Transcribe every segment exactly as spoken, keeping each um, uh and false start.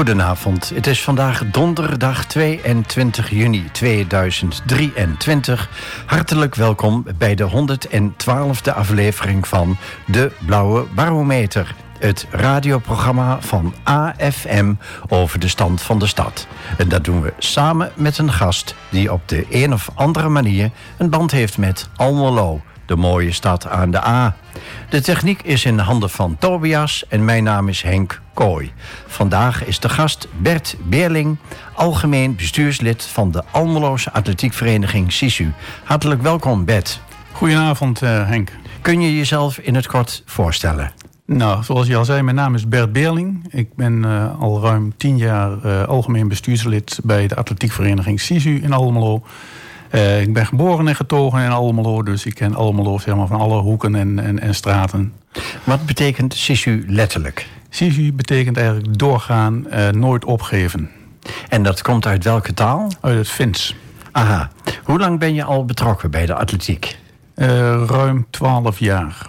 Goedenavond, het is vandaag donderdag tweeëntwintig juni tweeduizend drieëntwintig. Hartelijk welkom bij de honderdtwaalfde aflevering van De Blauwe Barometer. Het radioprogramma van A F M over de stand van de stad. En dat doen we samen met een gast die op de een of andere manier een band heeft met Almelo, de mooie stad aan de A. De techniek is in handen van Tobias en mijn naam is Henk Kooi. Vandaag is de gast Bert Beerling, algemeen bestuurslid van de Almeloze atletiekvereniging SISU. Hartelijk welkom, Bert. Goedenavond, uh, Henk. Kun je jezelf in het kort voorstellen? Nou, zoals je al zei, mijn naam is Bert Beerling. Ik ben uh, al ruim tien jaar uh, algemeen bestuurslid bij de atletiekvereniging SISU in Almelo. Uh, ik ben geboren en getogen in Almelo, dus ik ken Almelo zeg maar, van alle hoeken en, en, en straten. Wat betekent SISU letterlijk? SISU betekent eigenlijk doorgaan, uh, nooit opgeven. En dat komt uit welke taal? Uit het Fins. Aha. Hoe lang ben je al betrokken bij de atletiek? Uh, ruim twaalf jaar.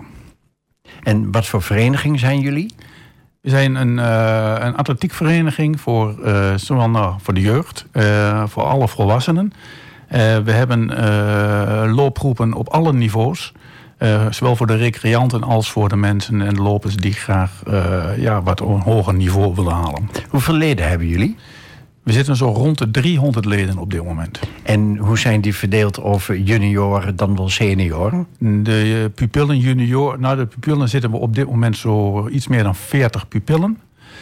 En wat voor vereniging zijn jullie? We zijn een, uh, een atletiekvereniging voor, uh, zowel nou, voor de jeugd, uh, voor alle volwassenen. Uh, we hebben uh, loopgroepen op alle niveaus. Uh, zowel voor de recreanten als voor de mensen en de lopers die graag uh, ja, wat een hoger niveau willen halen. Hoeveel leden hebben jullie? We zitten zo rond de driehonderd leden op dit moment. En hoe zijn die verdeeld over junioren dan wel senioren? De uh, pupillen junior, nou de pupillen zitten we op dit moment zo iets meer dan veertig pupillen.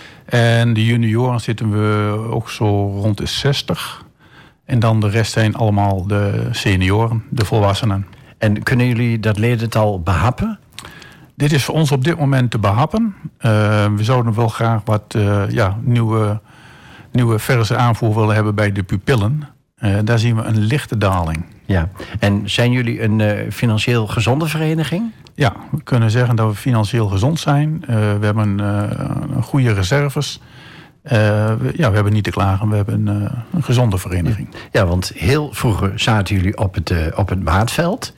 En de junioren zitten we ook zo rond de zestig. En dan de rest zijn allemaal de senioren, de volwassenen. En kunnen jullie dat ledental behappen? Dit is voor ons op dit moment te behappen. Uh, we zouden wel graag wat uh, ja, nieuwe, nieuwe verse aanvoer willen hebben bij de pupillen. Uh, daar zien we een lichte daling. Ja. En zijn jullie een uh, financieel gezonde vereniging? Ja, we kunnen zeggen dat we financieel gezond zijn. Uh, we hebben uh, goede reserves. Uh, we, ja, we hebben niet te klagen. We hebben uh, een gezonde vereniging. Ja, want heel vroeger zaten jullie op het, uh, op het Maatveld.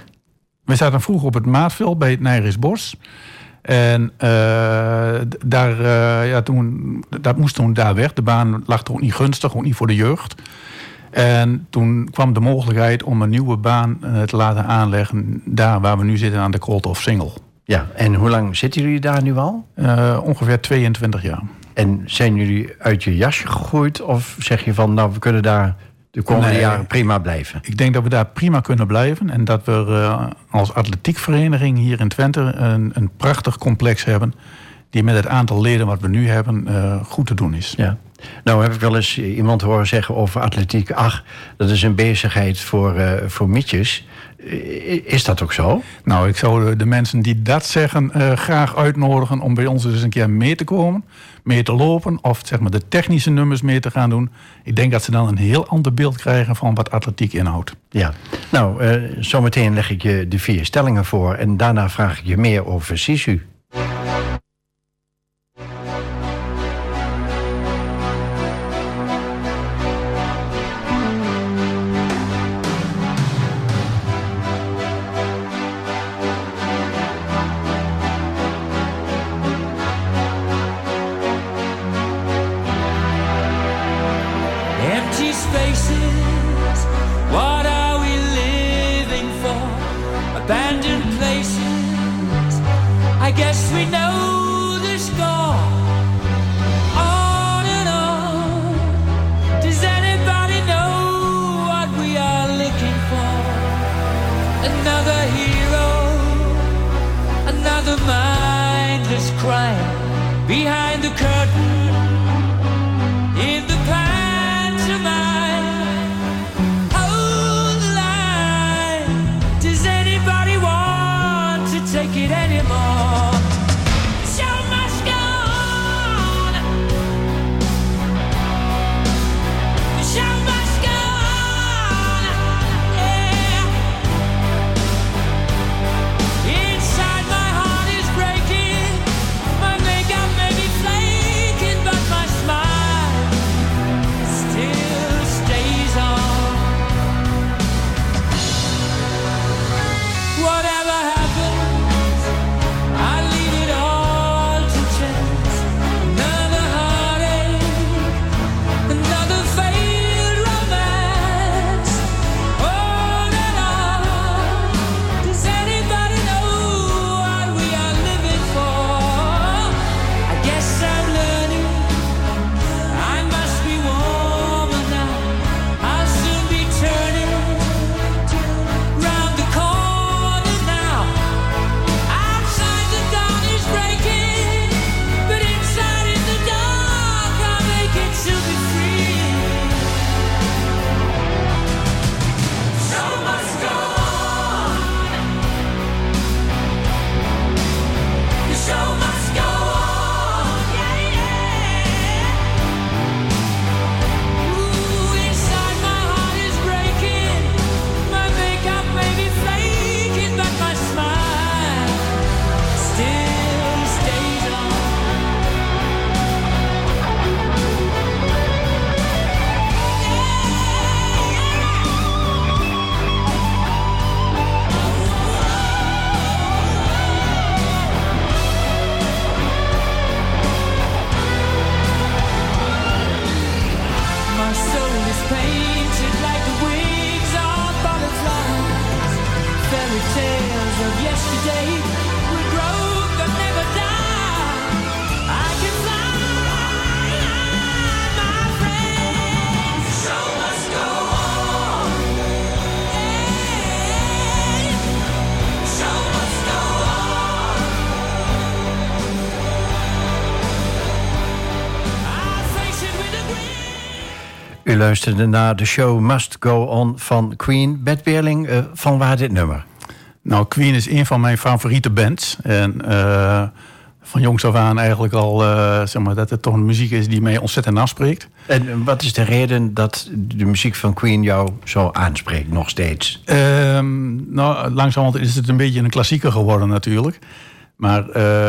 We zaten vroeger op het Maatveld bij het Nijrisbos. En uh, daar, uh, ja, toen, dat moest toen daar weg. De baan lag toch niet gunstig, ook niet voor de jeugd. En toen kwam de mogelijkheid om een nieuwe baan uh, te laten aanleggen. Daar waar we nu zitten aan de Koolthof Singel. Ja, en hoe lang zitten jullie daar nu al? Uh, ongeveer tweeëntwintig jaar. En zijn jullie uit je jasje gegroeid? Of zeg je van, nou, we kunnen daar de komende nee, jaren prima blijven? Ik denk dat we daar prima kunnen blijven. En dat we uh, als atletiekvereniging hier in Twente een, een prachtig complex hebben. Die met het aantal leden wat we nu hebben uh, goed te doen is. Ja. Nou heb ik wel eens iemand horen zeggen over atletiek. Ach, dat is een bezigheid voor, uh, voor mietjes. Is dat ook zo? Nou, ik zou de mensen die dat zeggen uh, graag uitnodigen om bij ons eens een keer mee te komen. Mee te lopen of zeg maar de technische nummers mee te gaan doen. Ik denk dat ze dan een heel ander beeld krijgen van wat atletiek inhoudt. Ja, nou, uh, zometeen leg ik je de vier stellingen voor. En daarna vraag ik je meer over SISU. Whatever happens, I fairy tales of yesterday will grow and never die. I can fly, my friend. The show must go on. Yeah. The show must go on. I face it with a grin. U luisterde naar de show Must Go On van Queen. Bert Beerling, uh, van waar dit nummer? Nou, Queen is een van mijn favoriete bands. En uh, van jongs af aan eigenlijk al, uh, zeg maar, dat het toch een muziek is die mij ontzettend afspreekt. En wat is de reden dat de muziek van Queen jou zo aanspreekt, nog steeds? Um, nou, langzamerhand is het een beetje een klassieker geworden natuurlijk. Maar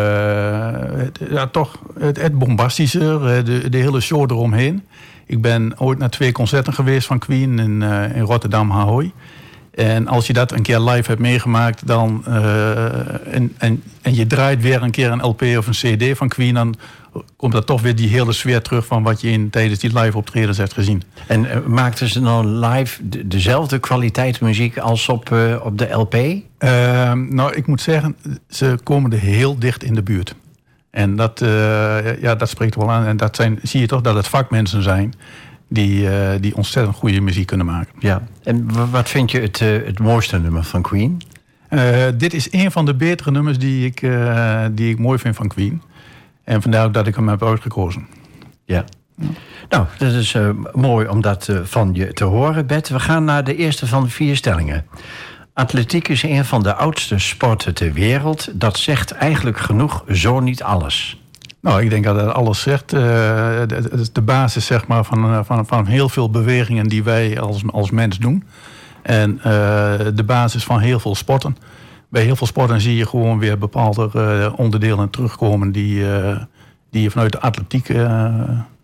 uh, het, ja, toch het, het bombastischer, de, de hele show eromheen. Ik ben ooit naar twee concerten geweest van Queen in, uh, in Rotterdam, Ahoy. En als je dat een keer live hebt meegemaakt, dan, uh, en, en, en je draait weer een keer een L P of een C D van Queen, dan komt dat toch weer die hele sfeer terug van wat je in, tijdens die live optredens hebt gezien. En uh, maakten ze dan live de, dezelfde kwaliteit muziek als op, uh, op de L P? Uh, nou, ik moet zeggen, ze komen er heel dicht in de buurt. En dat, uh, ja, dat spreekt wel aan. En dat zijn, zie je toch dat het vakmensen zijn die, uh, die ontzettend goede muziek kunnen maken. Ja. En wat vind je het, uh, het mooiste nummer van Queen? Uh, dit is een van de betere nummers die ik, uh, die ik mooi vind van Queen. En vandaar ook dat ik hem heb uitgekozen. Ja. Ja. Nou, dat is uh, mooi om dat uh, van je te horen, Bert. We gaan naar de eerste van de vier stellingen. Atletiek is een van de oudste sporten ter wereld. Dat zegt eigenlijk genoeg, zo niet alles. Nou, ik denk dat dat alles zegt. Uh, het is de basis, zeg maar, van, van, van heel veel bewegingen die wij als, als mens doen. En uh, de basis van heel veel sporten. Bij heel veel sporten zie je gewoon weer bepaalde uh, onderdelen terugkomen die, uh, die vanuit de atletiek uh,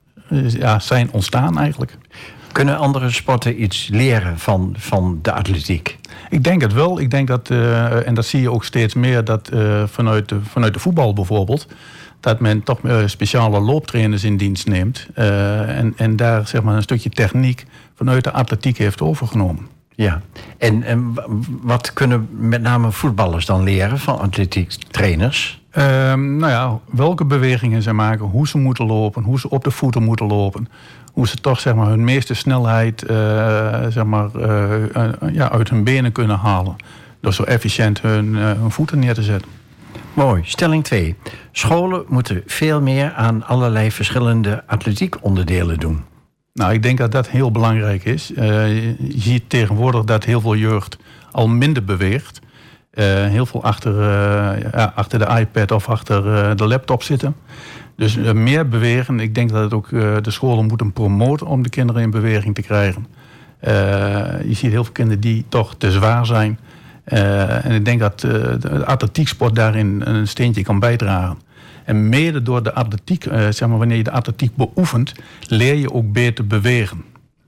ja, zijn ontstaan eigenlijk. Kunnen andere sporten iets leren van, van de atletiek? Ik denk het wel. Ik denk dat, uh, en dat zie je ook steeds meer, dat uh, vanuit, de, vanuit de voetbal bijvoorbeeld, dat men toch uh, speciale looptrainers in dienst neemt. Uh, en, en daar, zeg maar, een stukje techniek vanuit de atletiek heeft overgenomen. Ja, en, en wat kunnen met name voetballers dan leren van atletiek trainers? Uh, nou ja, welke bewegingen ze maken, hoe ze moeten lopen, hoe ze op de voeten moeten lopen. Hoe ze toch, zeg maar, hun meeste snelheid uh, zeg maar, uh, uh, ja, uit hun benen kunnen halen. Door zo efficiënt hun, uh, hun voeten neer te zetten. Mooi. Stelling twee. Scholen moeten veel meer aan allerlei verschillende atletiekonderdelen doen. Nou, ik denk dat dat heel belangrijk is. Uh, je ziet tegenwoordig dat heel veel jeugd al minder beweegt. Uh, heel veel achter, uh, ja, achter de iPad of achter uh, de laptop zitten. Dus uh, meer bewegen. Ik denk dat het ook uh, de scholen moeten promoten om de kinderen in beweging te krijgen. Uh, je ziet heel veel kinderen die toch te zwaar zijn. Uh, en ik denk dat uh, de atletieksport daarin een steentje kan bijdragen. En mede door de atletiek, uh, zeg maar, wanneer je de atletiek beoefent, leer je ook beter bewegen.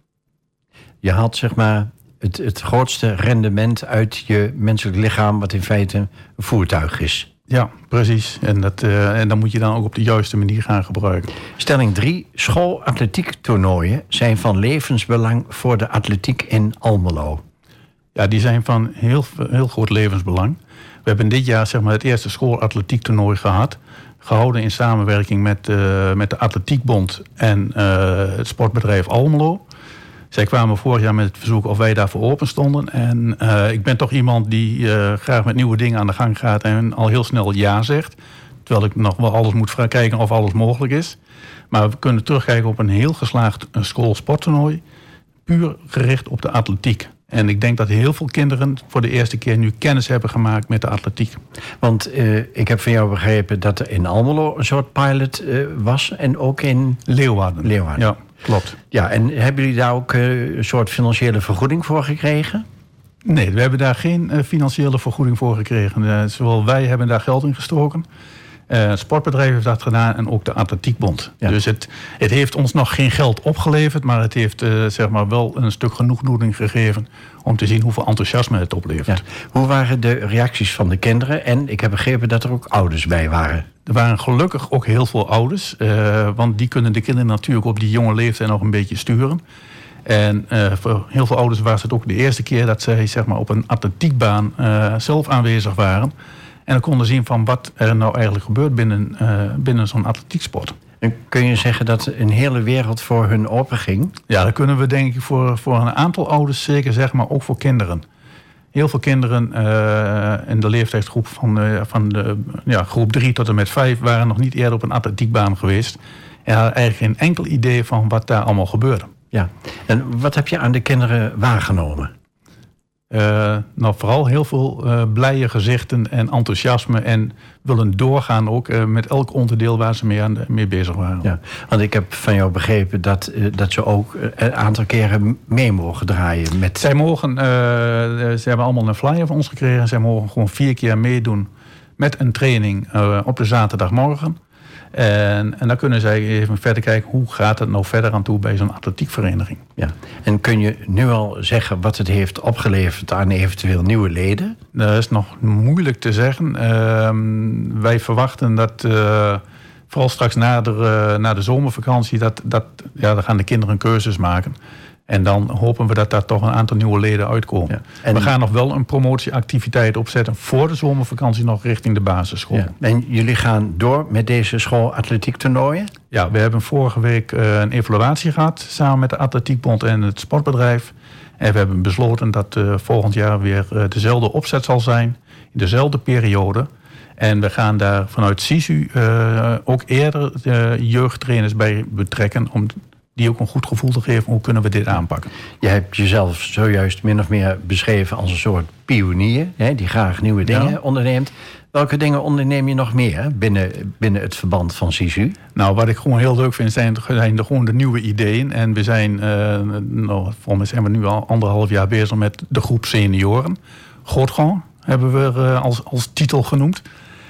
Je haalt, zeg maar, het, het grootste rendement uit je menselijk lichaam, wat in feite een voertuig is. Ja, precies. En, dat, uh, en dan moet je dan ook op de juiste manier gaan gebruiken. Stelling drie. School-atletiektoernooien zijn van levensbelang voor de atletiek in Almelo. Ja, die zijn van heel, heel groot levensbelang. We hebben dit jaar, zeg maar, het eerste school-atletiektoernooi gehad. Gehouden in samenwerking met, uh, met de Atletiekbond en uh, het sportbedrijf Almelo. Zij kwamen vorig jaar met het verzoek of wij daarvoor open stonden. En uh, ik ben toch iemand die uh, graag met nieuwe dingen aan de gang gaat en al heel snel ja zegt. Terwijl ik nog wel alles moet kijken of alles mogelijk is. Maar we kunnen terugkijken op een heel geslaagd schoolsporttoernooi. Puur gericht op de atletiek. En ik denk dat heel veel kinderen voor de eerste keer nu kennis hebben gemaakt met de atletiek. Want uh, ik heb van jou begrepen dat er in Almelo een soort pilot uh, was. En ook in Leeuwarden. Leeuwarden. Ja, klopt. Ja, en hebben jullie daar ook uh, een soort financiële vergoeding voor gekregen? Nee, we hebben daar geen uh, financiële vergoeding voor gekregen. Uh, zowel wij hebben daar geld in gestoken. Uh, het sportbedrijf heeft dat gedaan en ook de Atletiekbond. Ja. Dus het, het heeft ons nog geen geld opgeleverd, maar het heeft uh, zeg maar wel een stuk genoegdoening gegeven om te zien hoeveel enthousiasme het oplevert. Ja. Hoe waren de reacties van de kinderen? En ik heb begrepen dat er ook ouders bij waren. Er waren gelukkig ook heel veel ouders, uh, want die kunnen de kinderen natuurlijk op die jonge leeftijd nog een beetje sturen. En uh, voor heel veel ouders was het ook de eerste keer dat zij zeg maar, op een atletiekbaan uh, zelf aanwezig waren. En dan konden zien van wat er nou eigenlijk gebeurt binnen, uh, binnen zo'n atletieksport. En kun je zeggen dat een hele wereld voor hun openging? Ja, dat kunnen we denk ik voor, voor een aantal ouders zeker zeggen, maar ook voor kinderen. Heel veel kinderen uh, in de leeftijdsgroep van, uh, van de ja, groep drie tot en met vijf waren nog niet eerder op een atletiekbaan geweest. En hadden eigenlijk geen enkel idee van wat daar allemaal gebeurde. Ja, en wat heb je aan de kinderen waargenomen? Uh, nou, vooral heel veel uh, blije gezichten en enthousiasme en willen doorgaan ook uh, met elk onderdeel waar ze mee, aan de, mee bezig waren. Ja, want ik heb van jou begrepen dat, uh, dat ze ook een aantal keren mee mogen draaien. Met... Zij mogen, uh, ze hebben allemaal een flyer van ons gekregen. Zij mogen gewoon vier keer meedoen met een training uh, op de zaterdagmorgen. En, en dan kunnen zij even verder kijken hoe gaat het nou verder aan toe bij zo'n atletiekvereniging. Ja. En kun je nu al zeggen wat het heeft opgeleverd aan eventueel nieuwe leden? Dat is nog moeilijk te zeggen. Uh, wij verwachten dat uh, vooral straks na de, uh, na de zomervakantie, dat, dat, ja, dan gaan de kinderen een cursus maken. En dan hopen we dat daar toch een aantal nieuwe leden uitkomen. Ja. En we gaan nog wel een promotieactiviteit opzetten voor de zomervakantie nog richting de basisschool. Ja. En jullie gaan door met deze school atletiektoernooien? Ja, we hebben vorige week uh, een evaluatie gehad samen met de Atletiekbond en het sportbedrijf. En we hebben besloten dat uh, volgend jaar weer uh, dezelfde opzet zal zijn, in dezelfde periode. En we gaan daar vanuit SISU uh, ook eerder uh, jeugdtrainers bij betrekken om die ook een goed gevoel te geven, hoe kunnen we dit aanpakken. Je hebt jezelf zojuist min of meer beschreven als een soort pionier, hè, die graag nieuwe dingen ja. onderneemt. Welke dingen onderneem je nog meer binnen, binnen het verband van SISU? Nou, wat ik gewoon heel leuk vind, zijn, zijn de, gewoon de nieuwe ideeën. En we zijn, uh, nou, volgens mij zijn we nu al anderhalf jaar bezig met de groep senioren. Godgan hebben we uh, als, als titel genoemd.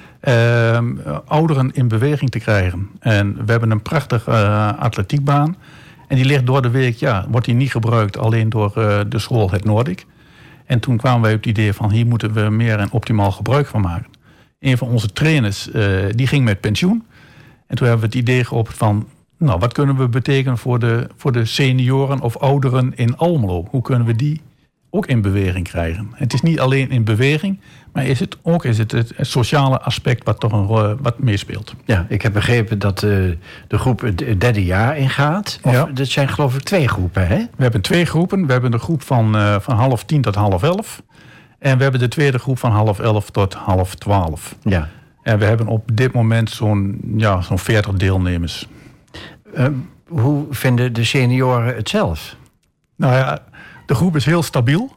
Uh, ouderen in beweging te krijgen. En we hebben een prachtige uh, atletiekbaan. En die ligt door de week, ja, wordt die niet gebruikt alleen door uh, de school Het Noordik. En toen kwamen wij op het idee van hier moeten we meer en optimaal gebruik van maken. Een van onze trainers, uh, die ging met pensioen. En toen hebben we het idee geopend van, nou, wat kunnen we betekenen voor de, voor de senioren of ouderen in Almelo? Hoe kunnen we die ook in beweging krijgen? Het is niet alleen in beweging, maar is het ook is het, het sociale aspect wat toch een, wat meespeelt. Ja, ik heb begrepen dat uh, de groep het derde jaar ingaat. Of, ja. Dat zijn geloof ik twee groepen, hè? We hebben twee groepen. We hebben de groep van, uh, van half tien tot half elf. En we hebben de tweede groep van half elf tot half twaalf. Ja. En we hebben op dit moment zo'n, ja, zo'n veertig deelnemers. Uh, hoe vinden de senioren het zelf? Nou ja, de groep is heel stabiel.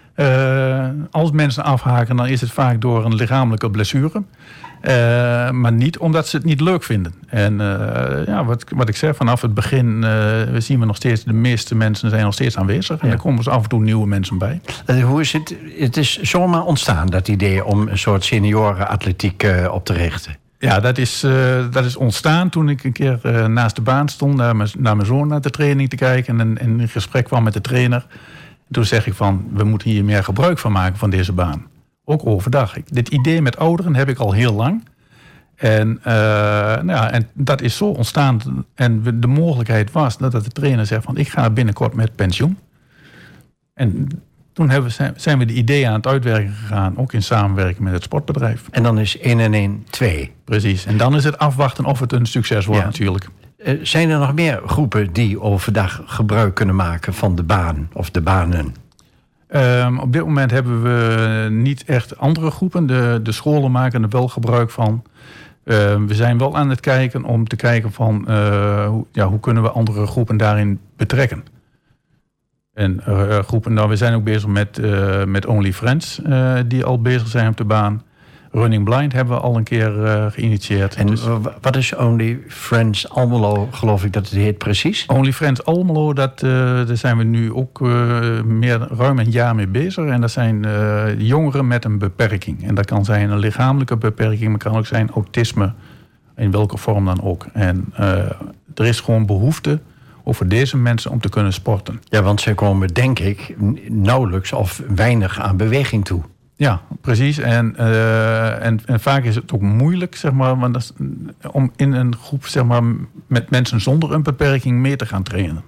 Uh, als mensen afhaken, dan is het vaak door een lichamelijke blessure. Uh, maar niet omdat ze het niet leuk vinden. En uh, ja, wat, wat ik zeg, vanaf het begin uh, we zien we nog steeds, de meeste mensen zijn nog steeds aanwezig. En ja. Er komen dus af en toe nieuwe mensen bij. Uh, hoe is het? Het is zomaar ontstaan, dat idee om een soort seniorenatletiek uh, op te richten. Ja, dat is, uh, dat is ontstaan toen ik een keer uh, naast de baan stond, naar mijn, naar mijn zoon naar de training te kijken en, en in gesprek kwam met de trainer. Toen zeg ik van, we moeten hier meer gebruik van maken van deze baan. Ook overdag. Dit idee met ouderen heb ik al heel lang. En, uh, nou ja, en dat is zo ontstaan. En de mogelijkheid was dat de trainer zegt van, ik ga binnenkort met pensioen. En toen hebben we, zijn we de ideeën aan het uitwerken gegaan. Ook in samenwerking met het sportbedrijf. En dan is één en één twee. Precies. En dan is het afwachten of het een succes wordt, ja. Natuurlijk. Uh, zijn er nog meer groepen die overdag gebruik kunnen maken van de baan of de banen? Um, op dit moment hebben we niet echt andere groepen. De, de scholen maken er wel gebruik van. Uh, we zijn wel aan het kijken om te kijken van uh, hoe, ja, hoe kunnen we andere groepen daarin betrekken. En uh, groepen, nou, we zijn ook bezig met, uh, met Only Friends, uh, die al bezig zijn op de baan. Running Blind hebben we al een keer uh, geïnitieerd. En dus, wat is Only Friends Almelo, geloof ik dat het heet precies? Only Friends Almelo, dat, uh, daar zijn we nu ook uh, meer ruim een jaar mee bezig. En dat zijn uh, jongeren met een beperking. En dat kan zijn een lichamelijke beperking, maar kan ook zijn autisme, in welke vorm dan ook. En uh, er is gewoon behoefte voor deze mensen om te kunnen sporten. Ja, want zij komen denk ik nauwelijks of weinig aan beweging toe. Ja, precies. En, uh, en, en vaak is het ook moeilijk, zeg maar, want dat is, om in een groep, zeg maar, met mensen zonder een beperking mee te gaan trainen.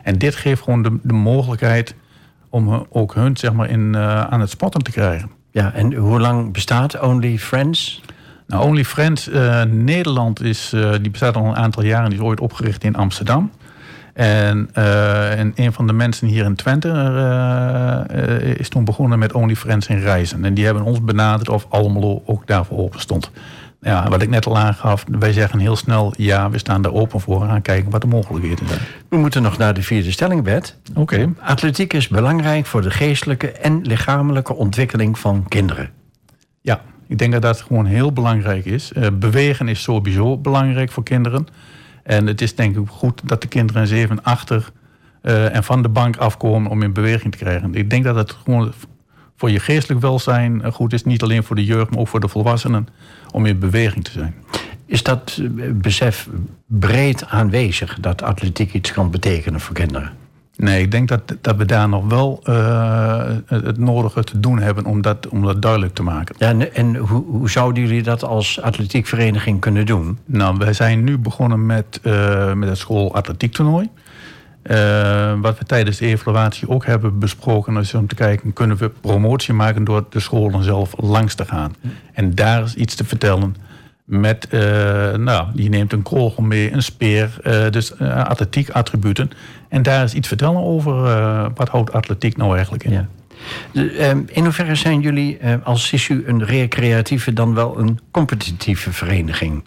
En dit geeft gewoon de, de mogelijkheid om ook hun zeg maar, in, uh, aan het sporten te krijgen. Ja, en hoe lang bestaat Only Friends? Nou, Only Friends uh, Nederland is, uh, die bestaat al een aantal jaren. Die is ooit opgericht in Amsterdam. En, uh, en een van de mensen hier in Twente uh, uh, is toen begonnen met Only Friends in Rijssen. En die hebben ons benaderd of Almelo ook daarvoor open stond. Ja, wat ik net al aangaf, wij zeggen heel snel... ja, we staan daar open voor en gaan kijken wat de mogelijkheden zijn. We moeten nog naar de vierde stelling, Bert. Oké. Okay. Atletiek is belangrijk voor de geestelijke en lichamelijke ontwikkeling van kinderen. Ja, ik denk dat dat gewoon heel belangrijk is. Uh, bewegen is sowieso belangrijk voor kinderen. En het is denk ik goed dat de kinderen eens even achter uh, en van de bank afkomen om in beweging te krijgen. Ik denk dat het gewoon voor je geestelijk welzijn goed is. Niet alleen voor de jeugd, maar ook voor de volwassenen om in beweging te zijn. Is dat besef breed aanwezig dat atletiek iets kan betekenen voor kinderen? Nee, ik denk dat, dat we daar nog wel uh, het nodige te doen hebben om dat, om dat duidelijk te maken. Ja, en en hoe, hoe zouden jullie dat als atletiekvereniging kunnen doen? Nou, wij zijn nu begonnen met, uh, met het school atletiektoernooi. Uh, wat we tijdens de evaluatie ook hebben besproken is om te kijken, kunnen we promotie maken door de scholen zelf langs te gaan. Hm. En daar is iets te vertellen met, uh, nou, die neemt een kogel mee, een speer, uh, dus uh, atletiek attributen. En daar is iets vertellen over uh, wat houdt atletiek nou eigenlijk in. Ja. De, um, in hoeverre zijn jullie uh, als SISU een recreatieve dan wel een competitieve vereniging?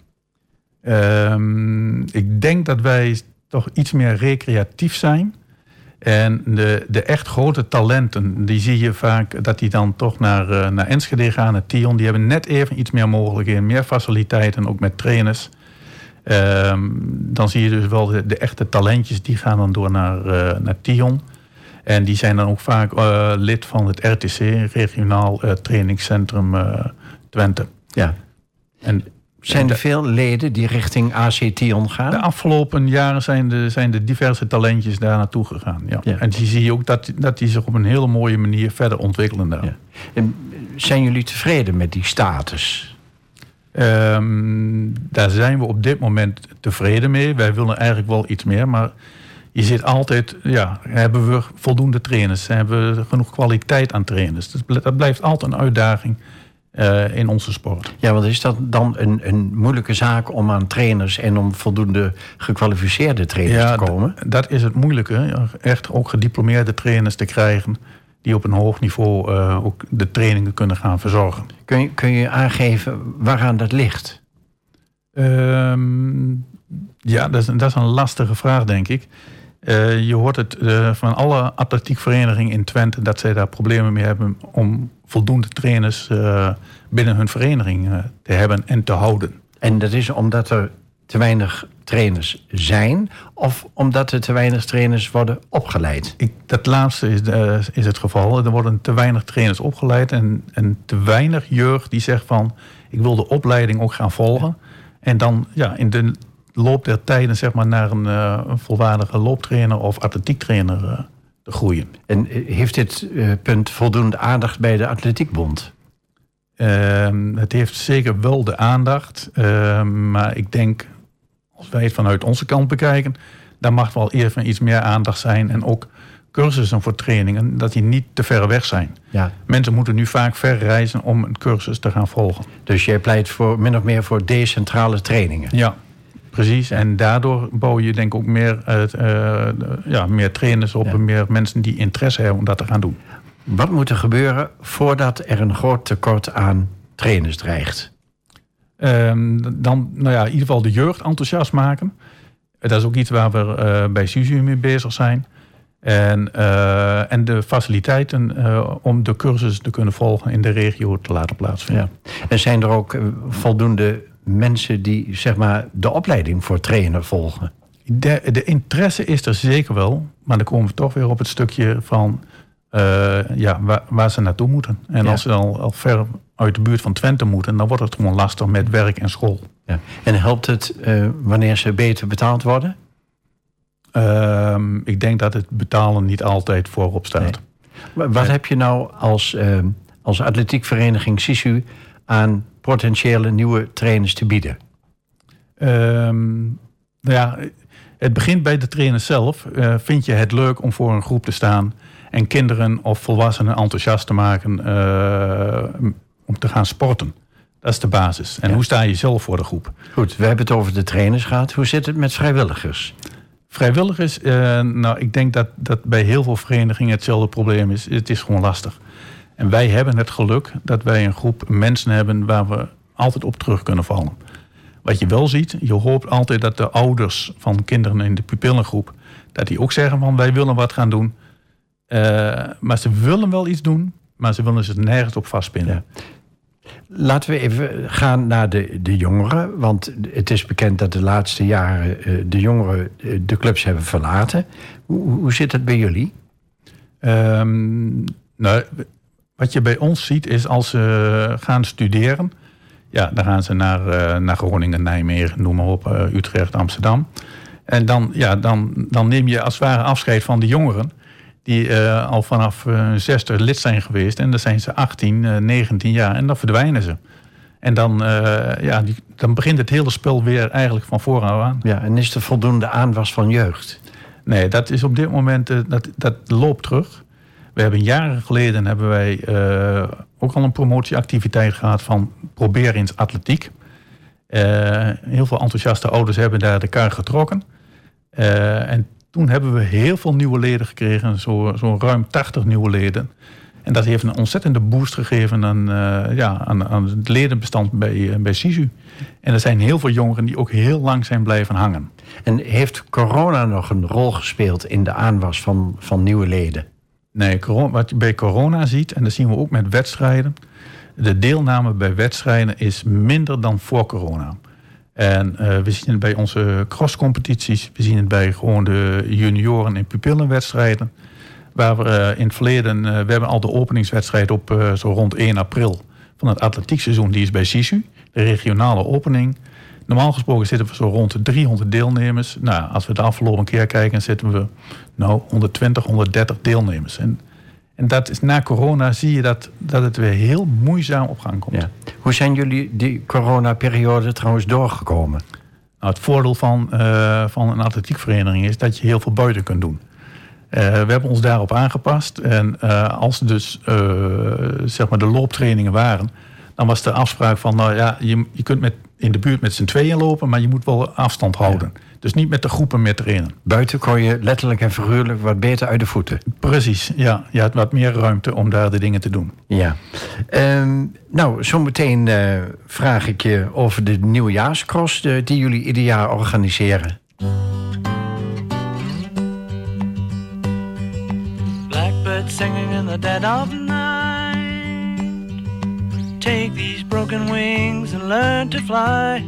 Um, ik denk dat wij toch iets meer recreatief zijn. En de, de echt grote talenten, die zie je vaak dat die dan toch naar, uh, naar Enschede gaan, naar Tion. Die hebben net even iets meer mogelijkheden, meer faciliteiten, ook met trainers. Um, dan zie je dus wel de, de echte talentjes, die gaan dan door naar, uh, naar Tion. En die zijn dan ook vaak uh, lid van het R T C, Regionaal uh, Trainingscentrum uh, Twente. Ja. En zijn er veel leden die richting A C Tion gaan? De afgelopen jaren zijn de, zijn de diverse talentjes daar naartoe gegaan. Ja. Ja. En die zie je ook dat, dat die zich op een hele mooie manier verder ontwikkelen daar. Ja. En zijn jullie tevreden met die status? Um, daar zijn we op dit moment tevreden mee. Wij willen eigenlijk wel iets meer, maar je zit altijd, ja, hebben we voldoende trainers? Hebben we genoeg kwaliteit aan trainers? Dus dat blijft altijd een uitdaging uh, in onze sport. Ja, want is dat dan een, een moeilijke zaak om aan trainers en om voldoende gekwalificeerde trainers ja, te komen? D- dat is het moeilijke. Echt ook gediplomeerde trainers te krijgen die op een hoog niveau uh, ook de trainingen kunnen gaan verzorgen. Kun je, kun je aangeven waaraan dat ligt? Um, ja, dat is, dat is een lastige vraag, denk ik. Uh, je hoort het uh, van alle atletiekverenigingen in Twente dat zij daar problemen mee hebben om voldoende trainers uh, binnen hun vereniging uh, te hebben en te houden. En dat is omdat er te weinig trainers zijn of omdat er te weinig trainers worden opgeleid? Ik, dat laatste is, uh, is het geval. Er worden te weinig trainers opgeleid en, en te weinig jeugd die zegt van ik wil de opleiding ook gaan volgen. En dan ja, in de loop der tijden zeg maar, naar een, uh, een volwaardige looptrainer of atletiektrainer uh, te groeien. En heeft dit uh, punt voldoende aandacht bij de Atletiekbond? Uh, het heeft zeker wel de aandacht. Uh, maar ik denk, als wij het vanuit onze kant bekijken, daar mag wel even iets meer aandacht zijn. En ook cursussen voor trainingen, dat die niet te ver weg zijn. Ja. Mensen moeten nu vaak ver reizen om een cursus te gaan volgen. Dus jij pleit voor min of meer voor decentrale trainingen? Ja, precies. En daardoor bouw je denk ik ook meer, uh, uh, ja, meer trainers op, ja. En meer mensen die interesse hebben om dat te gaan doen. Wat moet er gebeuren voordat er een groot tekort aan trainers dreigt? Um, dan, nou ja, in ieder geval de jeugd enthousiast maken. Dat is ook iets waar we uh, bij SISU mee bezig zijn. En, uh, en de faciliteiten uh, om de cursus te kunnen volgen in de regio te laten plaatsvinden. Ja. En zijn er ook uh, voldoende mensen die zeg maar, de opleiding voor trainer volgen? De, de interesse is er zeker wel. Maar dan komen we toch weer op het stukje van uh, ja, waar, waar ze naartoe moeten. En ja. Als ze dan al ver uit de buurt van Twente moeten, dan wordt het gewoon lastig met werk en school. Ja. En helpt het uh, wanneer ze beter betaald worden? Uh, ik denk dat het betalen niet altijd voorop staat. Nee. Wat uh, heb je nou als, uh, als atletiekvereniging SISU aan potentiële nieuwe trainers te bieden? Um, nou ja, Het begint bij de trainer zelf. Uh, vind je het leuk om voor een groep te staan en kinderen of volwassenen enthousiast te maken uh, om te gaan sporten? Dat is de basis. En ja. Hoe sta je zelf voor de groep? Goed, we hebben het over de trainers gehad. Hoe zit het met vrijwilligers? Vrijwilligers, uh, nou, ik denk dat, dat bij heel veel verenigingen hetzelfde probleem is. Het is gewoon lastig. En wij hebben het geluk dat wij een groep mensen hebben waar we altijd op terug kunnen vallen. Wat je wel ziet, je hoopt altijd dat de ouders van kinderen in de pupillengroep, dat die ook zeggen van wij willen wat gaan doen. Uh, maar ze willen wel iets doen, maar ze willen zich nergens op vastpinnen. Ja. Laten we even gaan naar de, de jongeren. Want het is bekend dat de laatste jaren uh, de jongeren uh, de clubs hebben verlaten. Hoe, hoe zit het bij jullie? Um, nou, wat je bij ons ziet is als ze gaan studeren. Ja, dan gaan ze naar, uh, naar Groningen, Nijmegen, noem maar op, uh, Utrecht, Amsterdam. En dan, ja, dan, dan neem je als het ware afscheid van de jongeren die uh, al vanaf hun uh, zesde lid zijn geweest. En dan zijn ze achttien, uh, negentien jaar en dan verdwijnen ze. En dan, uh, ja, die, dan begint het hele spel weer eigenlijk van vooraf aan. Ja, en is er voldoende aanwas van jeugd? Nee, dat is op dit moment, uh, dat, dat loopt terug. We hebben jaren geleden hebben wij uh, ook al een promotieactiviteit gehad van probeer eens atletiek. Uh, heel veel enthousiaste ouders hebben daar de kar getrokken. Uh, en toen hebben we heel veel nieuwe leden gekregen, zo, zo ruim tachtig nieuwe leden. En dat heeft een ontzettende boost gegeven aan, uh, ja, aan, aan het ledenbestand bij, uh, bij SISU. En er zijn heel veel jongeren die ook heel lang zijn blijven hangen. En heeft corona nog een rol gespeeld in de aanwas van, van nieuwe leden? Nee, wat je bij corona ziet, en dat zien we ook met wedstrijden, de deelname bij wedstrijden is minder dan voor corona. En uh, we zien het bij onze crosscompetities, we zien het bij gewoon de junioren- en pupillenwedstrijden. Waar we uh, in het verleden, uh, we hebben al de openingswedstrijd op uh, zo rond één april van het atletiekseizoen, die is bij SISU, de regionale opening. Normaal gesproken zitten we zo rond de driehonderd deelnemers. Nou, als we de afgelopen keer kijken, zitten we nou honderdtwintig, honderddertig deelnemers. En, en dat is, na corona zie je dat, dat het weer heel moeizaam op gang komt. Ja. Hoe zijn jullie die coronaperiode trouwens doorgekomen? Nou, het voordeel van, uh, van een atletiekvereniging is dat je heel veel buiten kunt doen. Uh, we hebben ons daarop aangepast. En uh, als er dus uh, zeg maar de looptrainingen waren, dan was de afspraak van, nou ja, je, je kunt met, in de buurt met z'n tweeën lopen, maar je moet wel afstand houden. Ja. Dus niet met de groepen meer trainen. Buiten kon je letterlijk en figuurlijk wat beter uit de voeten. Precies, ja. Je had wat meer ruimte om daar de dingen te doen. Ja. Um, nou, zometeen uh, vraag ik je over de nieuwjaarscross uh, die jullie ieder jaar organiseren. Blackbird singing in the dead of night. Take these broken wings and learn to fly.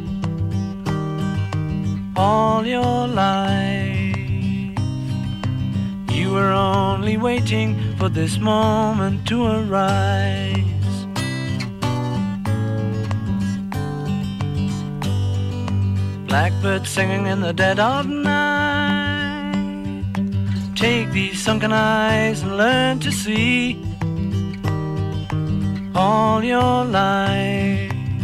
All your life you were only waiting for this moment to arise. Blackbird singing in the dead of night. Take these sunken eyes and learn to see. All your life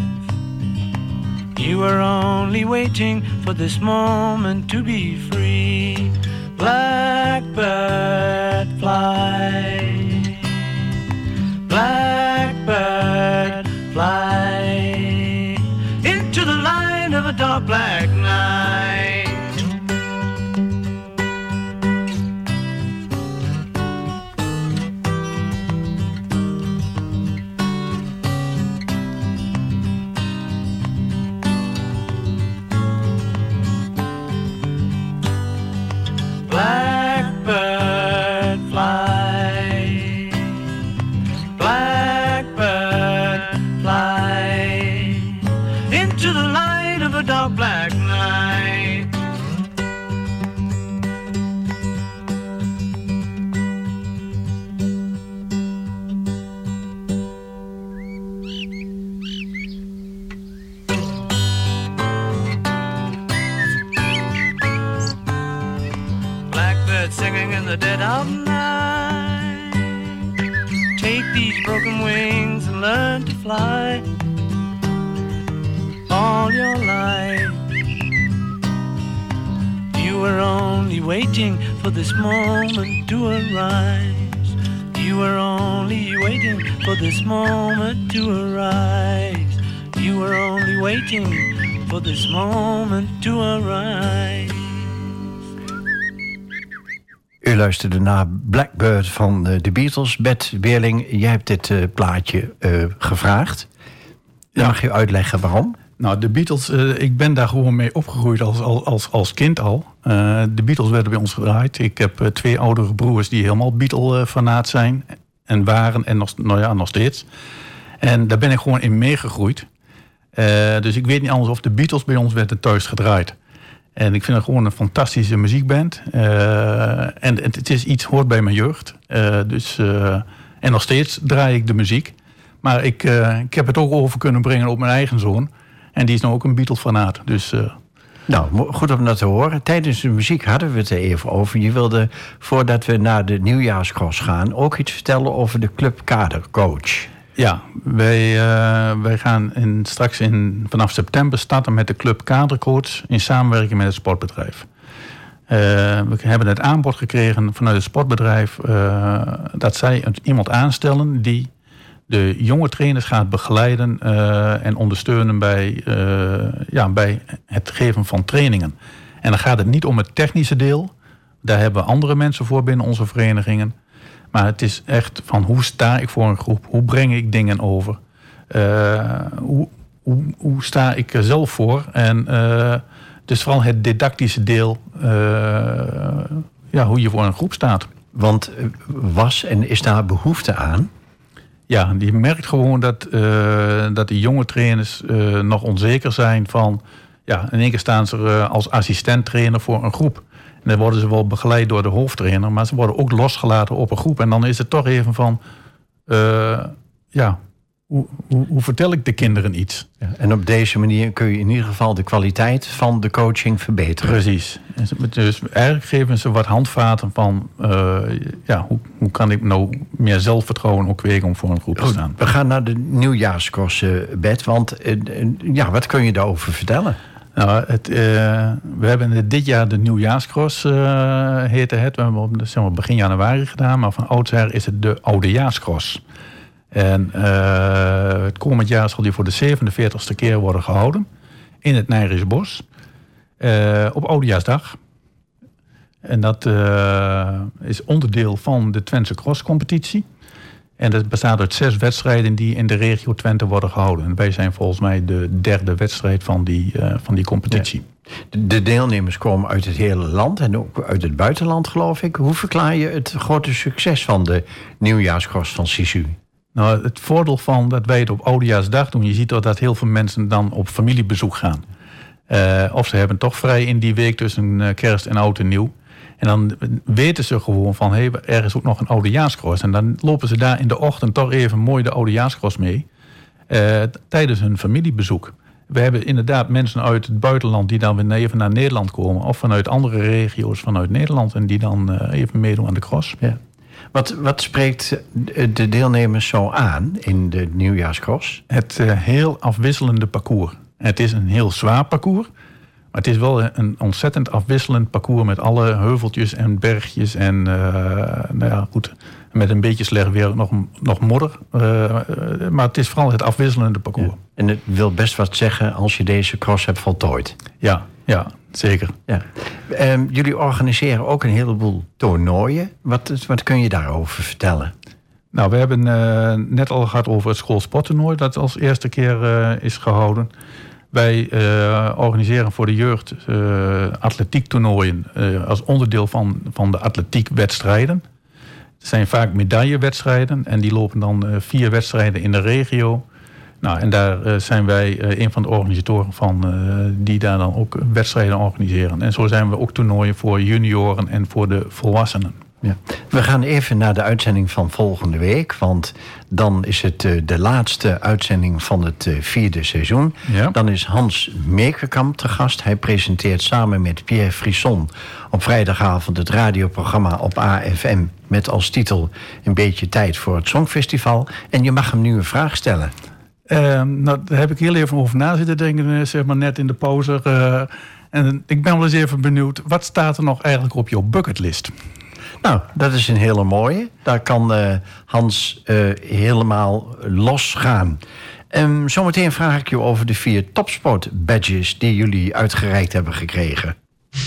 you were only waiting for this moment to be free. Blackbird fly, blackbird fly, into the light of a dark black night. Blackbird fly, blackbird fly, into the light of a dark black night. Singing in the dead of night. Take these broken wings and learn to fly. All your life you were only waiting for this moment to arise. You were only waiting for this moment to arise. You were only waiting for this moment to arise. U luisterde naar Blackbird van uh, de Beatles. Bert Beerling, jij hebt dit uh, plaatje uh, gevraagd. Dan ja. Mag je uitleggen waarom? Nou, de Beatles, uh, ik ben daar gewoon mee opgegroeid als, als, als kind al. Uh, de Beatles werden bij ons gedraaid. Ik heb uh, twee oudere broers die helemaal Beatle-fanaat zijn. En waren, en nog, nou ja, nog steeds. En daar ben ik gewoon in meegegroeid. Uh, dus ik weet niet anders of de Beatles bij ons werden thuis gedraaid. En ik vind het gewoon een fantastische muziekband. Uh, en het is iets, hoort bij mijn jeugd. Uh, dus, uh, en nog steeds draai ik de muziek. Maar ik, uh, ik heb het ook over kunnen brengen op mijn eigen zoon. En die is nou ook een Beatle-fanaat. Dus, uh... Nou, goed om dat te horen. Tijdens de muziek hadden we het er even over. Je wilde, voordat we naar de nieuwjaarscross gaan, ook iets vertellen over de Club Kadercoach. Ja, wij, uh, wij gaan in, straks in, vanaf september starten met de Club Kadercoach in samenwerking met het sportbedrijf. Uh, we hebben het aanbod gekregen vanuit het sportbedrijf uh, dat zij iemand aanstellen die de jonge trainers gaat begeleiden uh, en ondersteunen bij, uh, ja, bij het geven van trainingen. En dan gaat het niet om het technische deel. Daar hebben we andere mensen voor binnen onze verenigingen. Maar het is echt van hoe sta ik voor een groep? Hoe breng ik dingen over? Uh, hoe, hoe, hoe sta ik er zelf voor? En uh, dus vooral het didactische deel. Uh, ja, hoe je voor een groep staat. Want was en is daar behoefte aan? Ja, je merkt gewoon dat, uh, dat die jonge trainers uh, nog onzeker zijn van... Ja, in één keer staan ze uh, als assistent-trainer voor een groep. En dan worden ze wel begeleid door de hoofdtrainer, maar ze worden ook losgelaten op een groep. En dan is het toch even van, uh, ja, hoe, hoe, hoe vertel ik de kinderen iets? Ja, en op deze manier kun je in ieder geval de kwaliteit van de coaching verbeteren. Precies. Dus eigenlijk geven ze wat handvaten van, uh, ja, hoe, hoe kan ik nou meer zelfvertrouwen ook kweken om voor een groep te staan? We gaan naar de nieuwjaarscross, uh, Bert, want uh, ja, wat kun je daarover vertellen? Nou, het, uh, we hebben dit jaar de nieuwjaarscross, uh, heette het. We hebben op zeg maar, begin januari gedaan, maar van oudsher is het de oudejaarscross. En uh, het komend jaar zal die voor de zevenenveertigste keer worden gehouden in het Nijrisch Bos uh, op Oudejaarsdag. En dat uh, is onderdeel van de Twentse crosscompetitie. En dat bestaat uit zes wedstrijden die in de regio Twente worden gehouden. En wij zijn volgens mij de derde wedstrijd van die, uh, van die competitie. Ja. De deelnemers komen uit het hele land en ook uit het buitenland, geloof ik. Hoe verklaar je het grote succes van de nieuwjaarscross van Sisu? Nou, het voordeel van dat wij het op Oudejaarsdag doen... je ziet dat heel veel mensen dan op familiebezoek gaan. Uh, of ze hebben toch vrij in die week tussen kerst en oud en nieuw. En dan weten ze gewoon van, hé, hey, er is ook nog een oudejaarscross. En dan lopen ze daar in de ochtend toch even mooi de oudejaarscross mee. Uh, tijdens hun familiebezoek. We hebben inderdaad mensen uit het buitenland die dan weer even naar Nederland komen. Of vanuit andere regio's vanuit Nederland. En die dan uh, even meedoen aan de cross. Ja. Wat, wat spreekt de deelnemers zo aan in de nieuwjaarscross? Het uh, heel afwisselende parcours. Het is een heel zwaar parcours. Maar het is wel een ontzettend afwisselend parcours met alle heuveltjes en bergjes. En uh, nou ja, goed, met een beetje slecht weer nog, nog modder. Uh, maar het is vooral het afwisselende parcours. Ja. En het wil best wat zeggen als je deze cross hebt voltooid. Ja, ja, zeker. Ja. Um, jullie organiseren ook een heleboel toernooien. Wat, wat kun je daarover vertellen? Nou, we hebben uh, net al gehad over het schoolsporttoernooi dat als eerste keer uh, is gehouden. Wij uh, organiseren voor de jeugd uh, atletiektoernooien uh, als onderdeel van, van de atletiekwedstrijden. Het zijn vaak medaillewedstrijden en die lopen dan uh, vier wedstrijden in de regio. Nou, en daar uh, zijn wij uh, een van de organisatoren van uh, die daar dan ook wedstrijden organiseren. En zo zijn we ook toernooien voor junioren en voor de volwassenen. Ja. We gaan even naar de uitzending van volgende week. Want dan is het uh, de laatste uitzending van het uh, vierde seizoen. Ja. Dan is Hans Meekerkamp te gast. Hij presenteert samen met Pierre Frisson op vrijdagavond het radioprogramma op A F M. Met als titel Een beetje tijd voor het Songfestival. En je mag hem nu een vraag stellen. Uh, nou, daar heb ik heel even over na zitten denken, zeg maar net in de pauze. Uh, En ik ben wel eens even benieuwd, wat staat er nog eigenlijk op jouw bucketlist? Nou, dat is een hele mooie. Daar kan uh, Hans uh, helemaal losgaan. Um, zometeen vraag ik je over de vier Topsport badges die jullie uitgereikt hebben gekregen.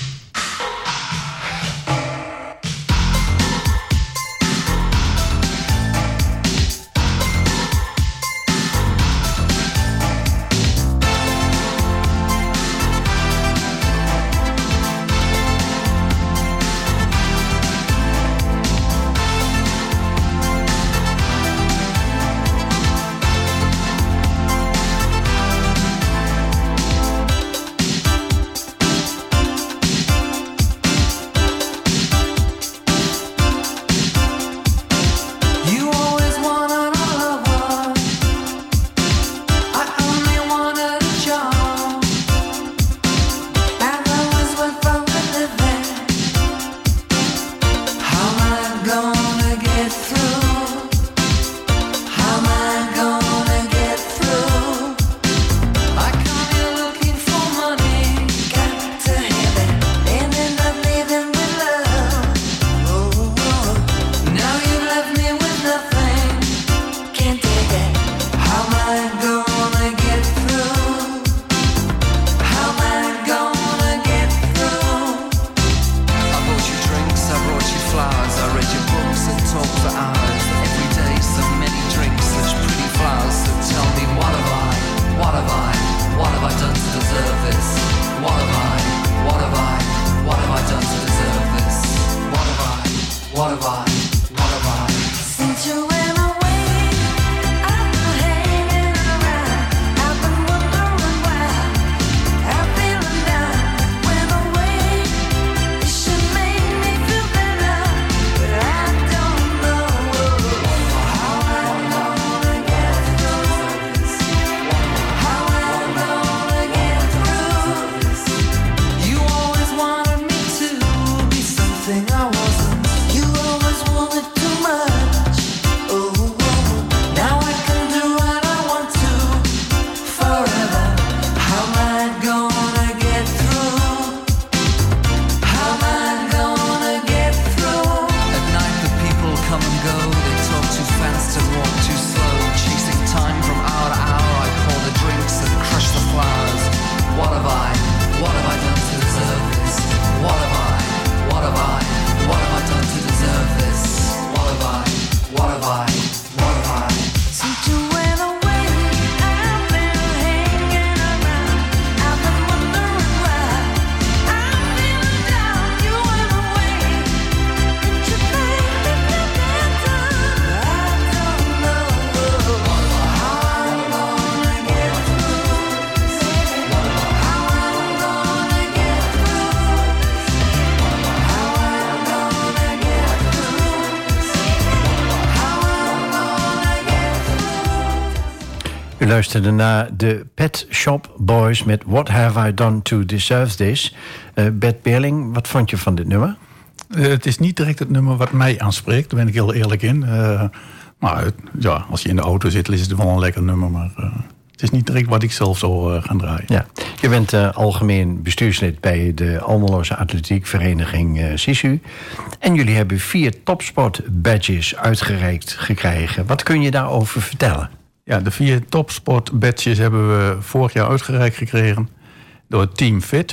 U luisterde naar de Pet Shop Boys met What Have I Done to Deserve This. Uh, Bert Beerling, wat vond je van dit nummer? Uh, het is niet direct het nummer wat mij aanspreekt, daar ben ik heel eerlijk in. Uh, maar ja, als je in de auto zit, is het wel een lekker nummer. Maar uh, het is niet direct wat ik zelf zou uh, gaan draaien. Ja. Je bent uh, algemeen bestuurslid bij de Almeloze Atletiekvereniging uh, SISU. En jullie hebben vier topsport badges uitgereikt gekregen. Wat kun je daarover vertellen? Ja, de vier topsport badges hebben we vorig jaar uitgereikt gekregen door Team Fit.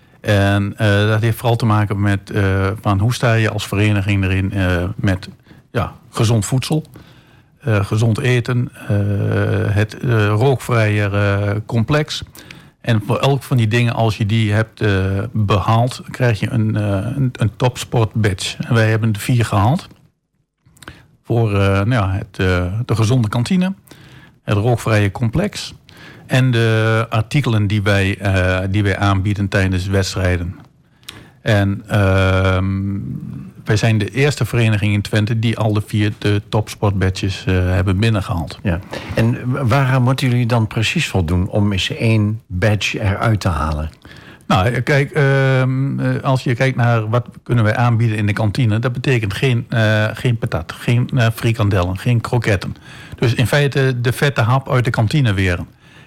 En uh, dat heeft vooral te maken met uh, van hoe sta je als vereniging erin uh, met ja, gezond voedsel, uh, gezond eten, uh, het uh, rookvrije uh, complex. En voor elk van die dingen, als je die hebt uh, behaald, krijg je een, uh, een, een topsport badge. En wij hebben de vier gehaald voor uh, nou ja, het, uh, de gezonde kantine, het rookvrije complex en de artikelen die wij, uh, die wij aanbieden tijdens wedstrijden. En uh, wij zijn de eerste vereniging in Twente die al de vier de topsportbadges uh, hebben binnengehaald. Ja. En waaraan moeten jullie dan precies voldoen om eens één badge eruit te halen? Nou, kijk, uh, als je kijkt naar wat kunnen wij aanbieden in de kantine, dat betekent geen, uh, geen patat, geen uh, frikandellen, geen kroketten. Dus in feite de vette hap uit de kantine weer.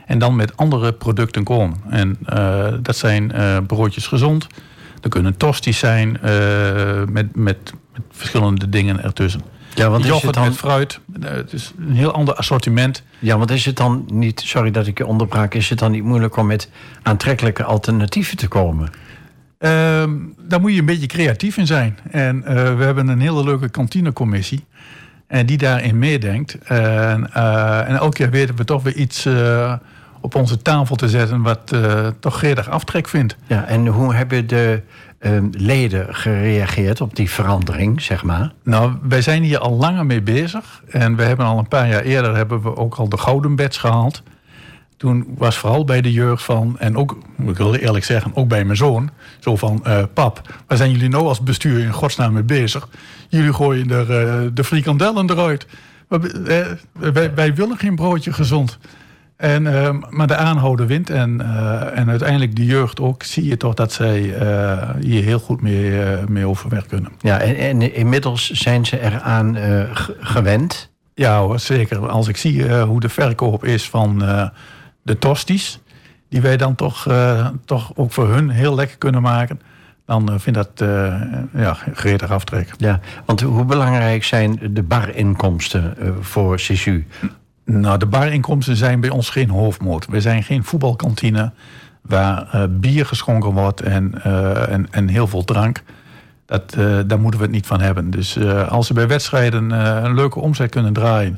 En dan met andere producten komen. En uh, dat zijn uh, broodjes gezond. Er kunnen tosties zijn uh, met, met, met verschillende dingen ertussen. Ja, want yoghurt is het dan... met fruit. Uh, het is een heel ander assortiment. Ja, want is het dan niet... Sorry dat ik je onderbrak. Is het dan niet moeilijk om met aantrekkelijke alternatieven te komen? Uh, daar moet je een beetje creatief in zijn. En uh, we hebben een hele leuke kantinecommissie. En die daarin meedenkt. En, uh, en elke keer weten we toch weer iets uh, op onze tafel te zetten... wat uh, toch gretig aftrek vindt. Ja, en hoe hebben de uh, leden gereageerd op die verandering, zeg maar? Nou, wij zijn hier al langer mee bezig. En we hebben al een paar jaar eerder hebben we ook al de Gouden Badge gehaald. Toen was vooral bij de jeugd van... en ook, ik wil eerlijk zeggen, ook bij mijn zoon... zo van, uh, pap, waar zijn jullie nou als bestuur in godsnaam mee bezig? Jullie gooien er uh, de frikandellen eruit. Maar, uh, wij, wij willen geen broodje gezond. En, uh, maar de aanhouden wint. En, uh, en uiteindelijk de jeugd ook. Zie je toch dat zij uh, hier heel goed mee, uh, mee overweg kunnen. Ja, en, en inmiddels zijn ze eraan uh, g- gewend? Ja hoor, zeker. Als ik zie uh, hoe de verkoop is van... Uh, de tosties, die wij dan toch, uh, toch ook voor hun heel lekker kunnen maken... dan uh, vind ik dat uh, ja, gretig aftrekken. Ja, want hoe belangrijk zijn de barinkomsten uh, voor Sisu? Nou, de barinkomsten zijn bij ons geen hoofdmoot. We zijn geen voetbalkantine waar uh, bier geschonken wordt en, uh, en, en heel veel drank. Dat, uh, daar moeten we het niet van hebben. Dus uh, als ze bij wedstrijden uh, een leuke omzet kunnen draaien...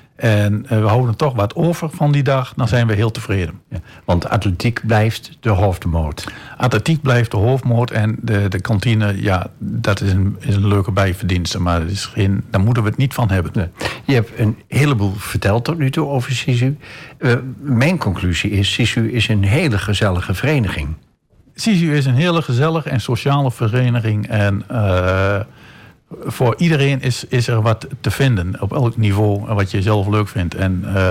en we houden toch wat over van die dag, dan zijn we heel tevreden. Ja, want atletiek blijft de hoofdmoot. Atletiek blijft de hoofdmoot en de, de kantine, ja, dat is een, is een leuke bijverdienste. Maar het is geen, daar moeten we het niet van hebben. Nee. Je hebt een heleboel verteld tot nu toe over Sisu. Uh, mijn conclusie is, Sisu is een hele gezellige vereniging. Sisu is een hele gezellige en sociale vereniging. En... Uh, voor iedereen is, is er wat te vinden op elk niveau wat je zelf leuk vindt. En uh,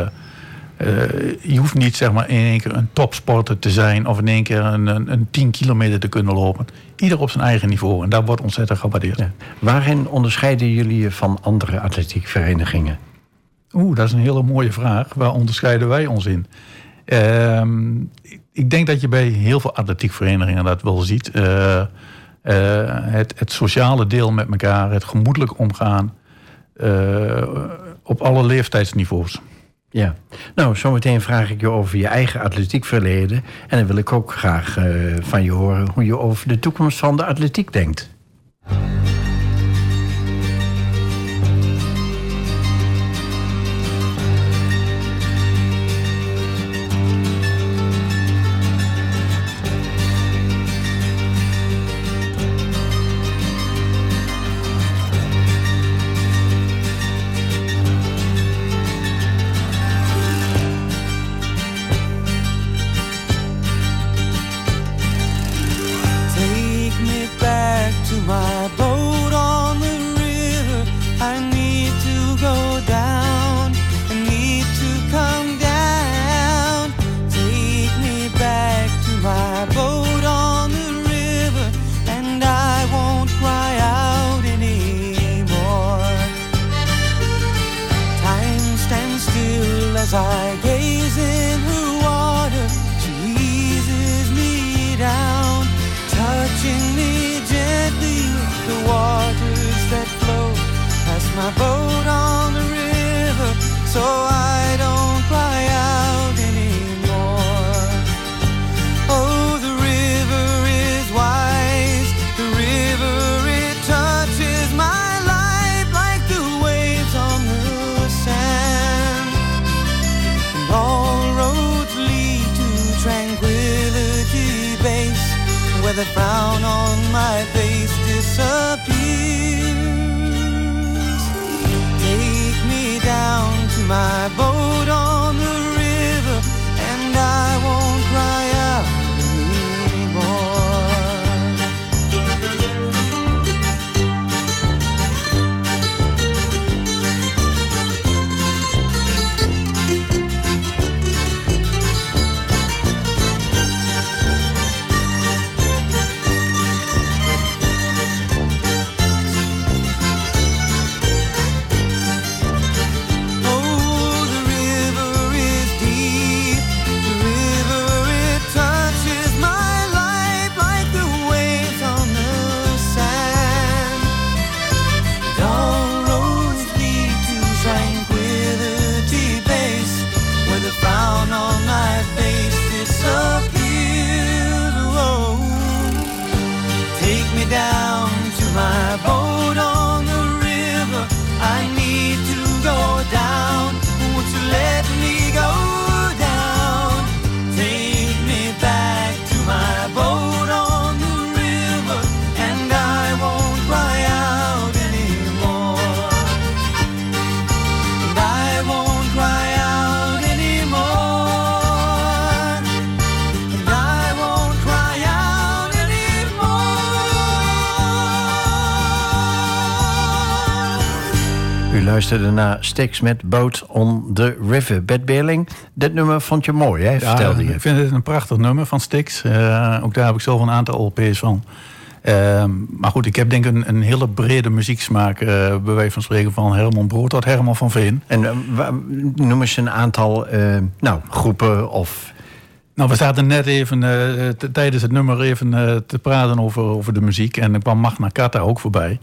uh, je hoeft niet zeg maar in één keer een topsporter te zijn of in één keer een, een, een tien kilometer te kunnen lopen. Ieder op zijn eigen niveau en dat wordt ontzettend gewaardeerd. Ja. Waarin onderscheiden jullie je van andere atletiekverenigingen? Oeh, dat is een hele mooie vraag. Waar onderscheiden wij ons in? Uh, ik denk dat je bij heel veel atletiekverenigingen dat wel ziet. Uh, Uh, het, het sociale deel met elkaar, het gemoedelijk omgaan, uh, op alle leeftijdsniveaus. Ja, nou, zometeen vraag ik je over je eigen atletiekverleden. En dan wil ik ook graag uh, van je horen hoe je over de toekomst van de atletiek denkt. Take me back to luisterde naar Styx met Boat on the River. Bert Beerling, dit nummer vond je mooi, hè? Vertelde je. Ik vind het een prachtig nummer van Styx. Uh, ook daar heb ik zelf een aantal L P's van. Uh, maar goed, ik heb denk ik een, een hele brede muzieksmaak. Uh, bij wijze van spreken van Herman Brood tot Herman van Veen. En uh, noem eens een aantal uh, nou, groepen of... Nou, we zaten net even uh, t- tijdens het nummer even uh, te praten over, over de muziek. En er kwam Magna Carta ook voorbij.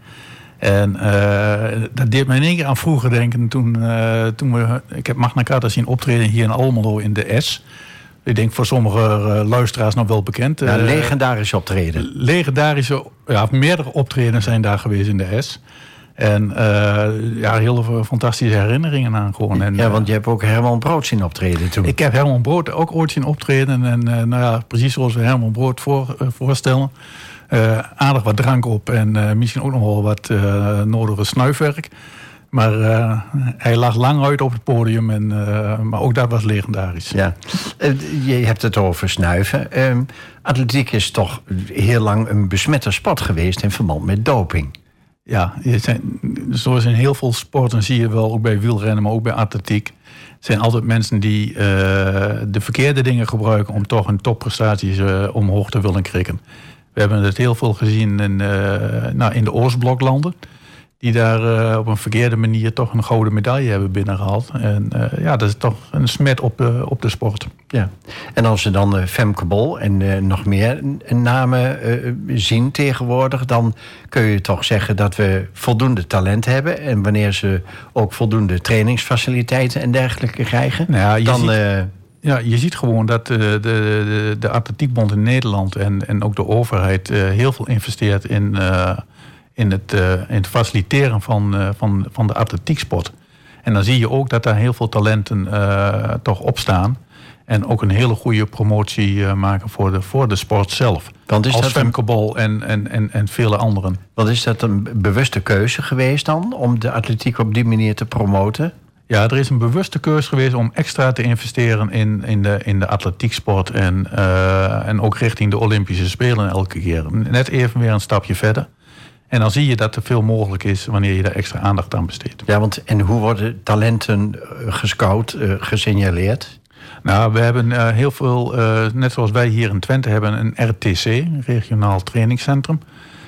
En uh, dat deed me in één keer aan vroeger denken. Toen, uh, toen we, ik heb Magna Carta zien optreden hier in Almelo in de S. Ik denk voor sommige uh, luisteraars nog wel bekend. Ja, legendarisch optreden. Legendarische, ja, meerdere optredens zijn daar geweest in de S. En uh, ja, hele fantastische herinneringen aan gewoon. En, ja, want je hebt ook Herman Brood zien optreden toen. Ik heb Herman Brood ook ooit zien optreden. En uh, nou ja, precies zoals we Herman Brood voor, uh, voorstellen. Uh, aardig wat drank op en uh, misschien ook nog wel wat uh, nodige snuifwerk. Maar uh, hij lag lang uit op het podium. En, uh, maar ook dat was legendarisch. Ja. Uh, je hebt het over snuiven. Uh, atletiek is toch heel lang een besmette sport geweest in verband met doping. Ja, zijn, zoals in heel veel sporten zie je wel, ook bij wielrennen, maar ook bij atletiek. Het zijn altijd mensen die uh, de verkeerde dingen gebruiken om toch hun topprestaties uh, omhoog te willen krikken. We hebben het heel veel gezien in, uh, nou, in de Oostbloklanden. Die daar uh, op een verkeerde manier toch een gouden medaille hebben binnengehaald. En uh, ja, dat is toch een smet op de, op de sport. Ja. En als we dan uh, Femke Bol en uh, nog meer namen uh, zien tegenwoordig... dan kun je toch zeggen dat we voldoende talent hebben. En wanneer ze ook voldoende trainingsfaciliteiten en dergelijke krijgen... Nou ja, je dan... Ziet... Uh, Ja, je ziet gewoon dat de, de, de, de atletiekbond in Nederland en, en ook de overheid uh, heel veel investeert in, uh, in, het, uh, in het faciliteren van, uh, van, van de atletieksport. En dan zie je ook dat daar heel veel talenten uh, toch opstaan. En ook een hele goede promotie uh, maken voor de, voor de sport zelf. Want is als dat Femke Bol en, en, en, en vele anderen. Want is dat een bewuste keuze geweest dan om de atletiek op die manier te promoten? Ja, er is een bewuste keuze geweest om extra te investeren in, in, de, in de atletieksport. En, uh, en ook richting de Olympische Spelen elke keer. Net even weer een stapje verder. En dan zie je dat er veel mogelijk is wanneer je daar extra aandacht aan besteedt. Ja, want en hoe worden talenten gescout, uh, gesignaleerd? Nou, we hebben uh, heel veel, uh, net zoals wij hier in Twente hebben, een R T C, een regionaal trainingscentrum.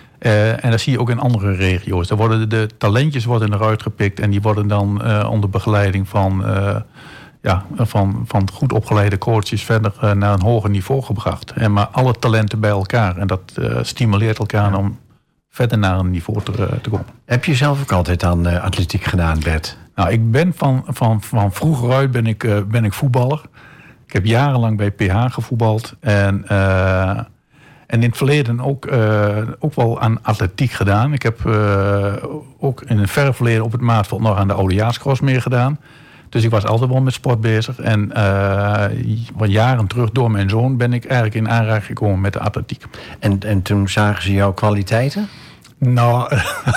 Uh, en dat zie je ook in andere regio's. Daar worden de, de talentjes worden eruit gepikt en die worden dan uh, onder begeleiding van, uh, ja, van, van goed opgeleide coaches verder uh, naar een hoger niveau gebracht. En maar alle talenten bij elkaar. En dat uh, stimuleert elkaar ja. om verder naar een niveau te, uh, te komen. Heb je zelf ook altijd aan uh, atletiek gedaan, Bert? Nou, ik ben van, van, van vroeger uit ben ik, uh, ben ik voetballer. Ik heb jarenlang bij P H gevoetbald. En... Uh, En in het verleden ook, uh, ook wel aan atletiek gedaan. Ik heb uh, ook in het verre verleden op het Maatveld nog aan de oudejaarscross meegedaan. Dus ik was altijd wel met sport bezig. En uh, wat jaren terug door mijn zoon ben ik eigenlijk in aanraking gekomen met de atletiek. En, en toen zagen ze jouw kwaliteiten? Nou...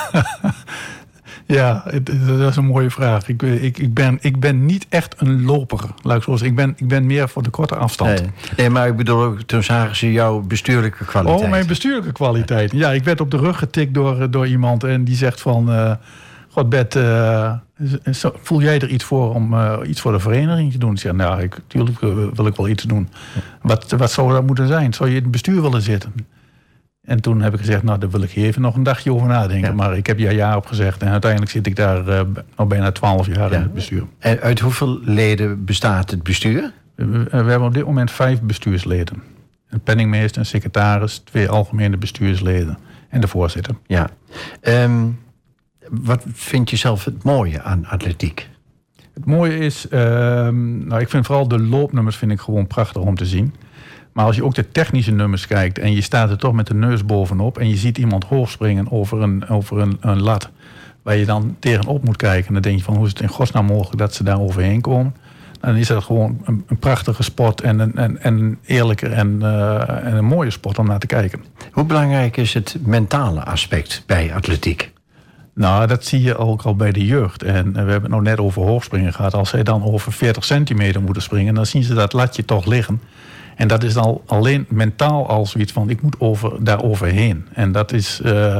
Ja, dat is een mooie vraag. Ik, ik, ik, ben, ik ben niet echt een loper. Laat ik zo zeggen. Ik ben, ik ben meer voor de korte afstand. Nee, nee, maar ik bedoel ook, toen zagen ze jouw bestuurlijke kwaliteiten. Oh, mijn bestuurlijke kwaliteiten. Ja, ik werd op de rug getikt door, door iemand en die zegt van... Uh, God, Bert, uh, voel jij er iets voor om uh, iets voor de vereniging te doen? Ik zeg, nou, ik, natuurlijk wil ik wel iets doen. Wat, wat zou dat moeten zijn? Zou je in het bestuur willen zitten? En toen heb ik gezegd, nou, daar wil ik even nog een dagje over nadenken. Ja. Maar ik heb ja ja op gezegd. En uiteindelijk zit ik daar uh, al bijna twaalf jaar ja. in het bestuur. En uit hoeveel leden bestaat het bestuur? We, we, we hebben op dit moment vijf bestuursleden. Een penningmeester, een secretaris, twee algemene bestuursleden en de voorzitter. Ja. Um, wat vind je zelf het mooie aan atletiek? Het mooie is, uh, nou, ik vind vooral de loopnummers vind ik gewoon prachtig om te zien. Maar als je ook de technische nummers kijkt en je staat er toch met de neus bovenop en je ziet iemand hoog springen over een, over een, een lat waar je dan tegenop moet kijken, dan denk je van hoe is het in godsnaam mogelijk dat ze daar overheen komen. Dan is dat gewoon een, een prachtige sport en een, en, en een eerlijke en, uh, en een mooie sport om naar te kijken. Hoe belangrijk is het mentale aspect bij atletiek? Nou, dat zie je ook al bij de jeugd. En we hebben het nou net over hoogspringen gehad. Als zij dan over veertig centimeter moeten springen, dan zien ze dat latje toch liggen. En dat is dan alleen mentaal al zoiets van, ik moet over, daar overheen. En dat is, uh,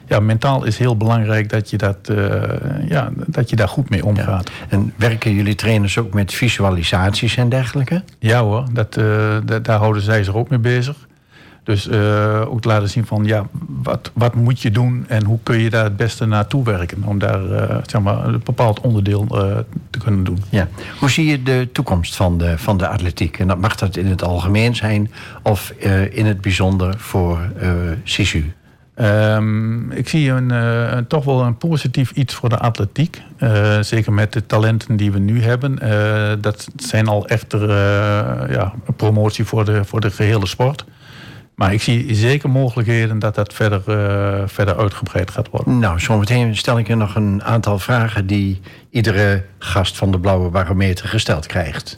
ja, mentaal is heel belangrijk dat je, dat, uh, ja, dat je daar goed mee omgaat. Ja. En werken jullie trainers ook met visualisaties en dergelijke? Ja hoor, dat, uh, dat, daar houden zij zich ook mee bezig. Dus uh, ook laten zien van ja, wat, wat moet je doen en hoe kun je daar het beste naartoe werken om daar uh, zeg maar, een bepaald onderdeel uh, te kunnen doen. Ja. Hoe zie je de toekomst van de, van de atletiek? En dat mag dat in het algemeen zijn of uh, in het bijzonder voor uh, Sisu? Um, ik zie een, uh, toch wel een positief iets voor de atletiek. Uh, zeker met de talenten die we nu hebben. Uh, dat zijn al echter uh, ja, een promotie voor de, voor de gehele sport. Maar ik zie zeker mogelijkheden dat dat verder, uh, verder uitgebreid gaat worden. Nou, zometeen stel ik je nog een aantal vragen die iedere gast van de Blauwe Barometer gesteld krijgt.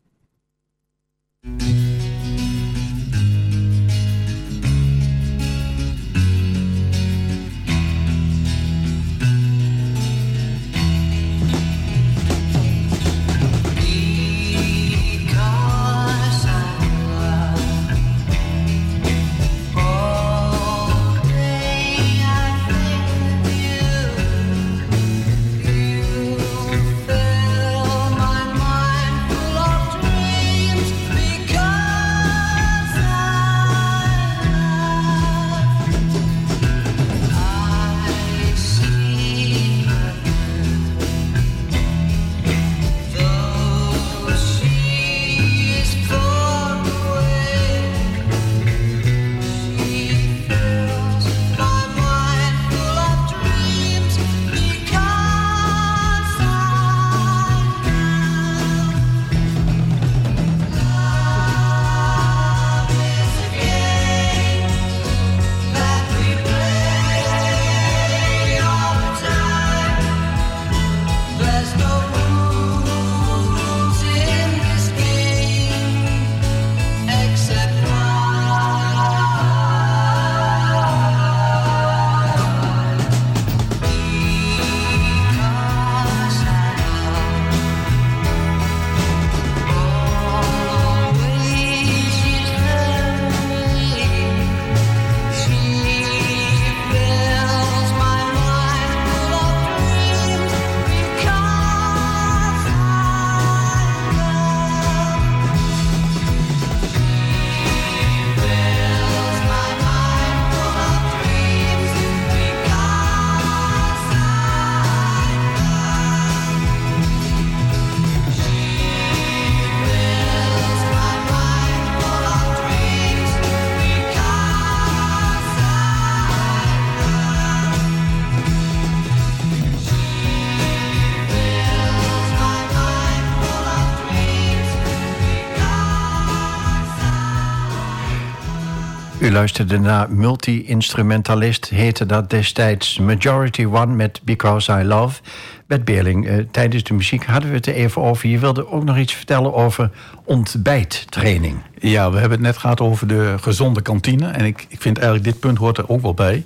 U luisterde naar Multi-Instrumentalist, heette dat destijds Majority One met Because I Love. Bert Beerling, eh, tijdens de muziek hadden we het er even over. Je wilde ook nog iets vertellen over ontbijttraining. Ja, we hebben het net gehad over de gezonde kantine. En ik, ik vind eigenlijk dit punt hoort er ook wel bij.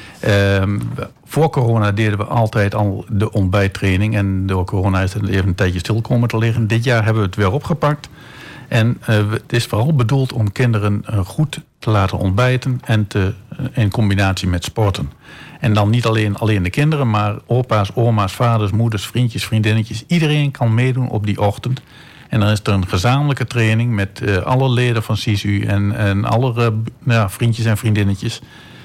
Um, voor corona deden we altijd al de ontbijttraining. En door corona is het even een tijdje stil komen te liggen. Dit jaar hebben we het weer opgepakt. En uh, het is vooral bedoeld om kinderen uh, goed te laten ontbijten en te, uh, in combinatie met sporten. En dan niet alleen, alleen de kinderen, maar opa's, oma's, vaders, moeders, vriendjes, vriendinnetjes. Iedereen kan meedoen op die ochtend. En dan is er een gezamenlijke training met uh, alle leden van Sisu en, en alle uh, ja, vriendjes en vriendinnetjes.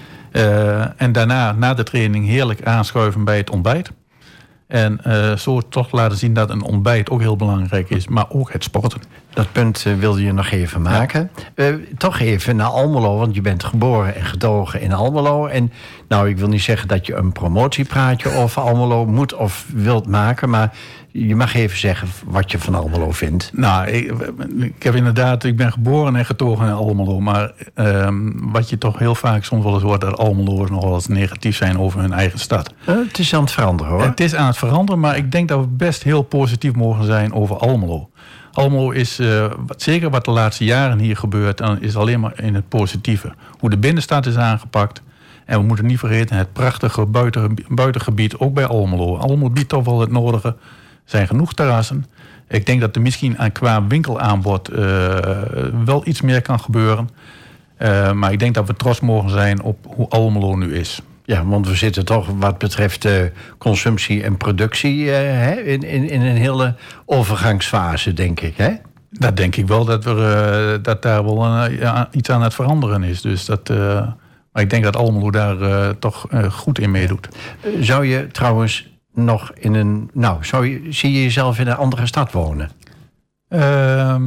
Uh, en daarna, na de training, heerlijk aanschuiven bij het ontbijt. En uh, zo toch laten zien dat een ontbijt ook heel belangrijk is, maar ook het sporten. Dat punt uh, wilde je nog even maken. Ja. Uh, toch even naar Almelo, want je bent geboren en getogen in Almelo. En nou, ik wil niet zeggen dat je een promotiepraatje over Almelo moet of wilt maken, maar je mag even zeggen wat je van Almelo vindt. Nou, ik, ik heb inderdaad, ik ben geboren en getogen in Almelo. Maar um, wat je toch heel vaak soms wel eens hoort, dat Almeloers nog wel eens negatief zijn over hun eigen stad. Uh, het is aan het veranderen, hoor. Het is aan het veranderen, maar ik denk dat we best heel positief mogen zijn over Almelo. Almelo is, uh, wat, zeker wat de laatste jaren hier gebeurt, dan is alleen maar in het positieve. Hoe de binnenstad is aangepakt. En we moeten niet vergeten het prachtige buiten, buitengebied, ook bij Almelo. Almelo biedt toch wel het nodige. Er zijn genoeg terrassen. Ik denk dat er misschien aan, qua winkelaanbod uh, wel iets meer kan gebeuren. Uh, maar ik denk dat we trots mogen zijn op hoe Almelo nu is. Ja, want we zitten toch wat betreft uh, consumptie en productie uh, hè, in, in, in een hele overgangsfase, denk ik, hè? Dat denk ik wel, dat, we, uh, dat daar wel uh, ja, iets aan het veranderen is. Dus dat, uh, maar ik denk dat Almelo daar uh, toch uh, goed in meedoet. Uh, zou je trouwens nog in een... Nou, zou je, zie je jezelf in een andere stad wonen? Uh,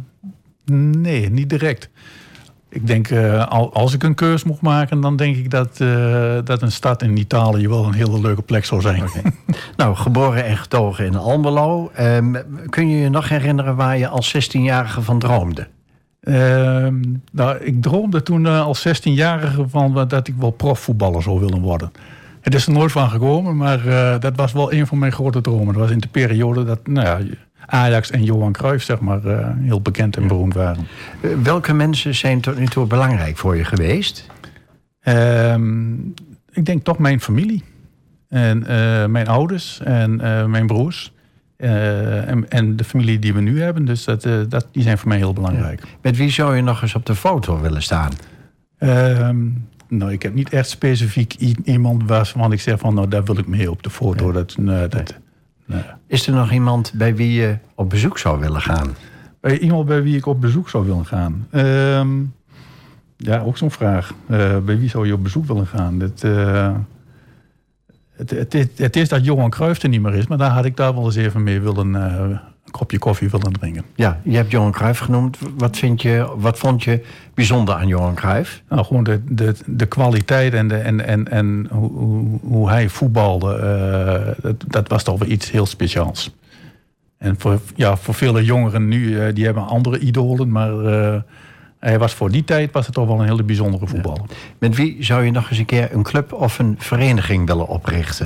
nee, niet direct. Ik denk, uh, als ik een keus mocht maken, dan denk ik dat, uh, dat een stad in Italië wel een hele leuke plek zou zijn. Okay. Nou, geboren en getogen in Almelo. Um, kun je je nog herinneren waar je als zestienjarige van droomde? Uh, nou, ik droomde toen uh, als zestienjarige van dat ik wel profvoetballer zou willen worden. Het is er nooit van gekomen, maar uh, dat was wel een van mijn grote dromen. Dat was in de periode dat nou ja, Ajax en Johan Cruijff zeg maar, uh, heel bekend en beroemd waren. Uh, welke mensen zijn tot nu toe belangrijk voor je geweest? Uh, ik denk toch mijn familie. En uh, mijn ouders en uh, mijn broers. Uh, en, en de familie die we nu hebben. Dus dat, uh, dat, die zijn voor mij heel belangrijk. Ja. Met wie zou je nog eens op de foto willen staan? Uh, nou, ik heb niet echt specifiek i- iemand waarvan ik zeg van... nou, daar wil ik mee op de foto. Nee. Dat, nee, dat, nee. Nee. Is er nog iemand bij wie je op bezoek zou willen gaan? Bij iemand bij wie ik op bezoek zou willen gaan? Uh, ja, ook zo'n vraag. Uh, bij wie zou je op bezoek willen gaan? Dat... Uh, Het, het, is, het is dat Johan Cruijff er niet meer is, maar daar had ik daar wel eens even mee willen, uh, een kopje koffie willen drinken. Ja, je hebt Johan Cruijff genoemd. Wat, vind je, wat vond je bijzonder aan Johan Cruijff? Nou, gewoon de, de, de kwaliteit en, de, en, en, en hoe, hoe, hoe hij voetbalde, uh, dat, dat was toch wel iets heel speciaals. En voor, ja, voor vele jongeren nu, uh, die hebben andere idolen, maar uh, hij was voor die tijd was het toch wel een hele bijzondere voetballer. Ja. Met wie zou je nog eens een keer een club of een vereniging willen oprichten?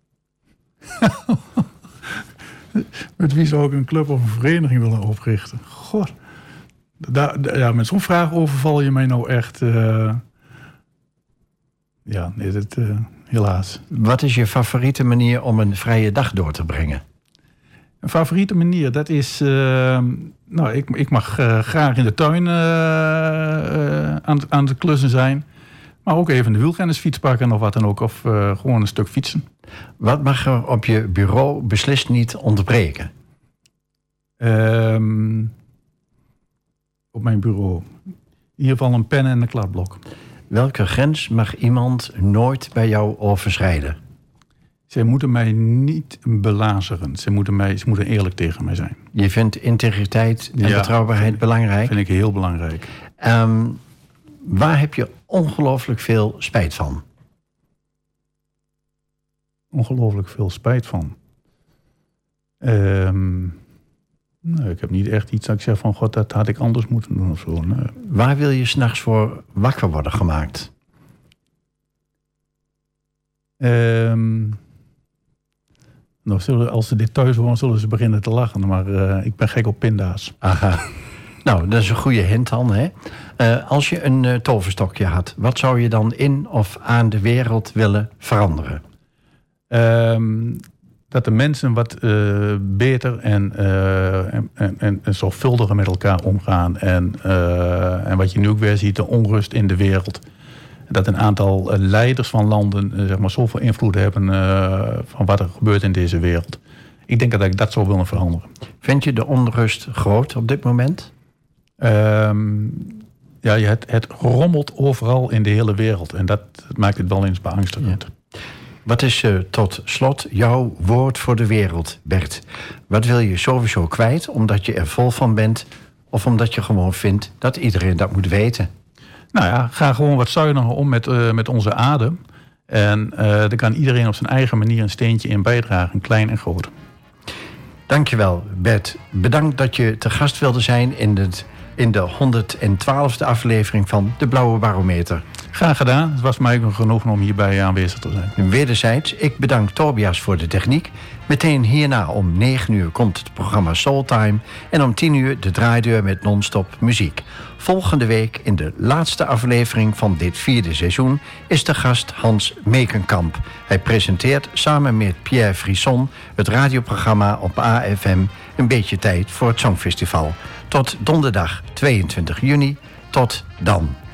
Met wie zou ik een club of een vereniging willen oprichten? God. Daar, daar, ja, met zo'n vraag overval je mij nou echt. Uh... Ja, nee, dat, uh, helaas. Wat is je favoriete manier om een vrije dag door te brengen? Een favoriete manier, dat is... Uh, nou, ik, ik mag uh, graag in de tuin uh, uh, aan, aan het klussen zijn. Maar ook even de wielrennersfiets pakken of wat dan ook. Of uh, gewoon een stuk fietsen. Wat mag er op je bureau beslist niet ontbreken? Um, op mijn bureau. In ieder geval een pen en een kladblok. Welke grens mag iemand nooit bij jou overschrijden? Ze moeten mij niet belazeren. Ze moeten, mij, ze moeten eerlijk tegen mij zijn. Je vindt integriteit en ja, betrouwbaarheid vind, belangrijk? Vind ik heel belangrijk. Um, waar heb je ongelooflijk veel spijt van? Ongelooflijk veel spijt van? Um, nou, ik heb niet echt iets dat ik zeg van... God, dat had ik anders moeten doen of zo. Nee. Waar wil je 's nachts voor wakker worden gemaakt? Um, nou, zullen, als ze dit thuis horen, zullen ze beginnen te lachen. Maar uh, ik ben gek op pinda's. Aha. Nou, dat is een goede hint dan, hè? Uh, als je een uh, toverstokje had, wat zou je dan in of aan de wereld willen veranderen? Um, dat de mensen wat uh, beter en, uh, en, en, en zorgvuldiger met elkaar omgaan. En, uh, en wat je nu ook weer ziet, de onrust in de wereld. Dat een aantal uh, leiders van landen uh, zeg maar, zoveel invloed hebben uh, van wat er gebeurt in deze wereld. Ik denk dat ik dat zou willen veranderen. Vind je de onrust groot op dit moment? Um, ja, het, het rommelt overal in de hele wereld. En dat, dat maakt het wel eens beangstigend. Ja. Wat is uh, tot slot jouw woord voor de wereld, Bert? Wat wil je sowieso kwijt, omdat je er vol van bent... of omdat je gewoon vindt dat iedereen dat moet weten? Nou ja, ga gewoon wat zuiniger om met, uh, met onze adem. En uh, daar kan iedereen op zijn eigen manier een steentje in bijdragen, klein en groot. Dankjewel, Bert. Bedankt dat je te gast wilde zijn in, het, in de honderdtwaalfde aflevering van De Blauwe Barometer. Graag gedaan. Het was mij een genoegen om hierbij aanwezig te zijn. Wederzijds, ik bedank Tobias voor de techniek. Meteen hierna om negen uur komt het programma Soultime. En om tien uur de draaideur met non-stop muziek. Volgende week in de laatste aflevering van dit vierde seizoen... is de gast Hans Mekenkamp. Hij presenteert samen met Pierre Frisson het radioprogramma op A F M... Een beetje tijd voor het Songfestival. Tot donderdag tweeëntwintig juni. Tot dan.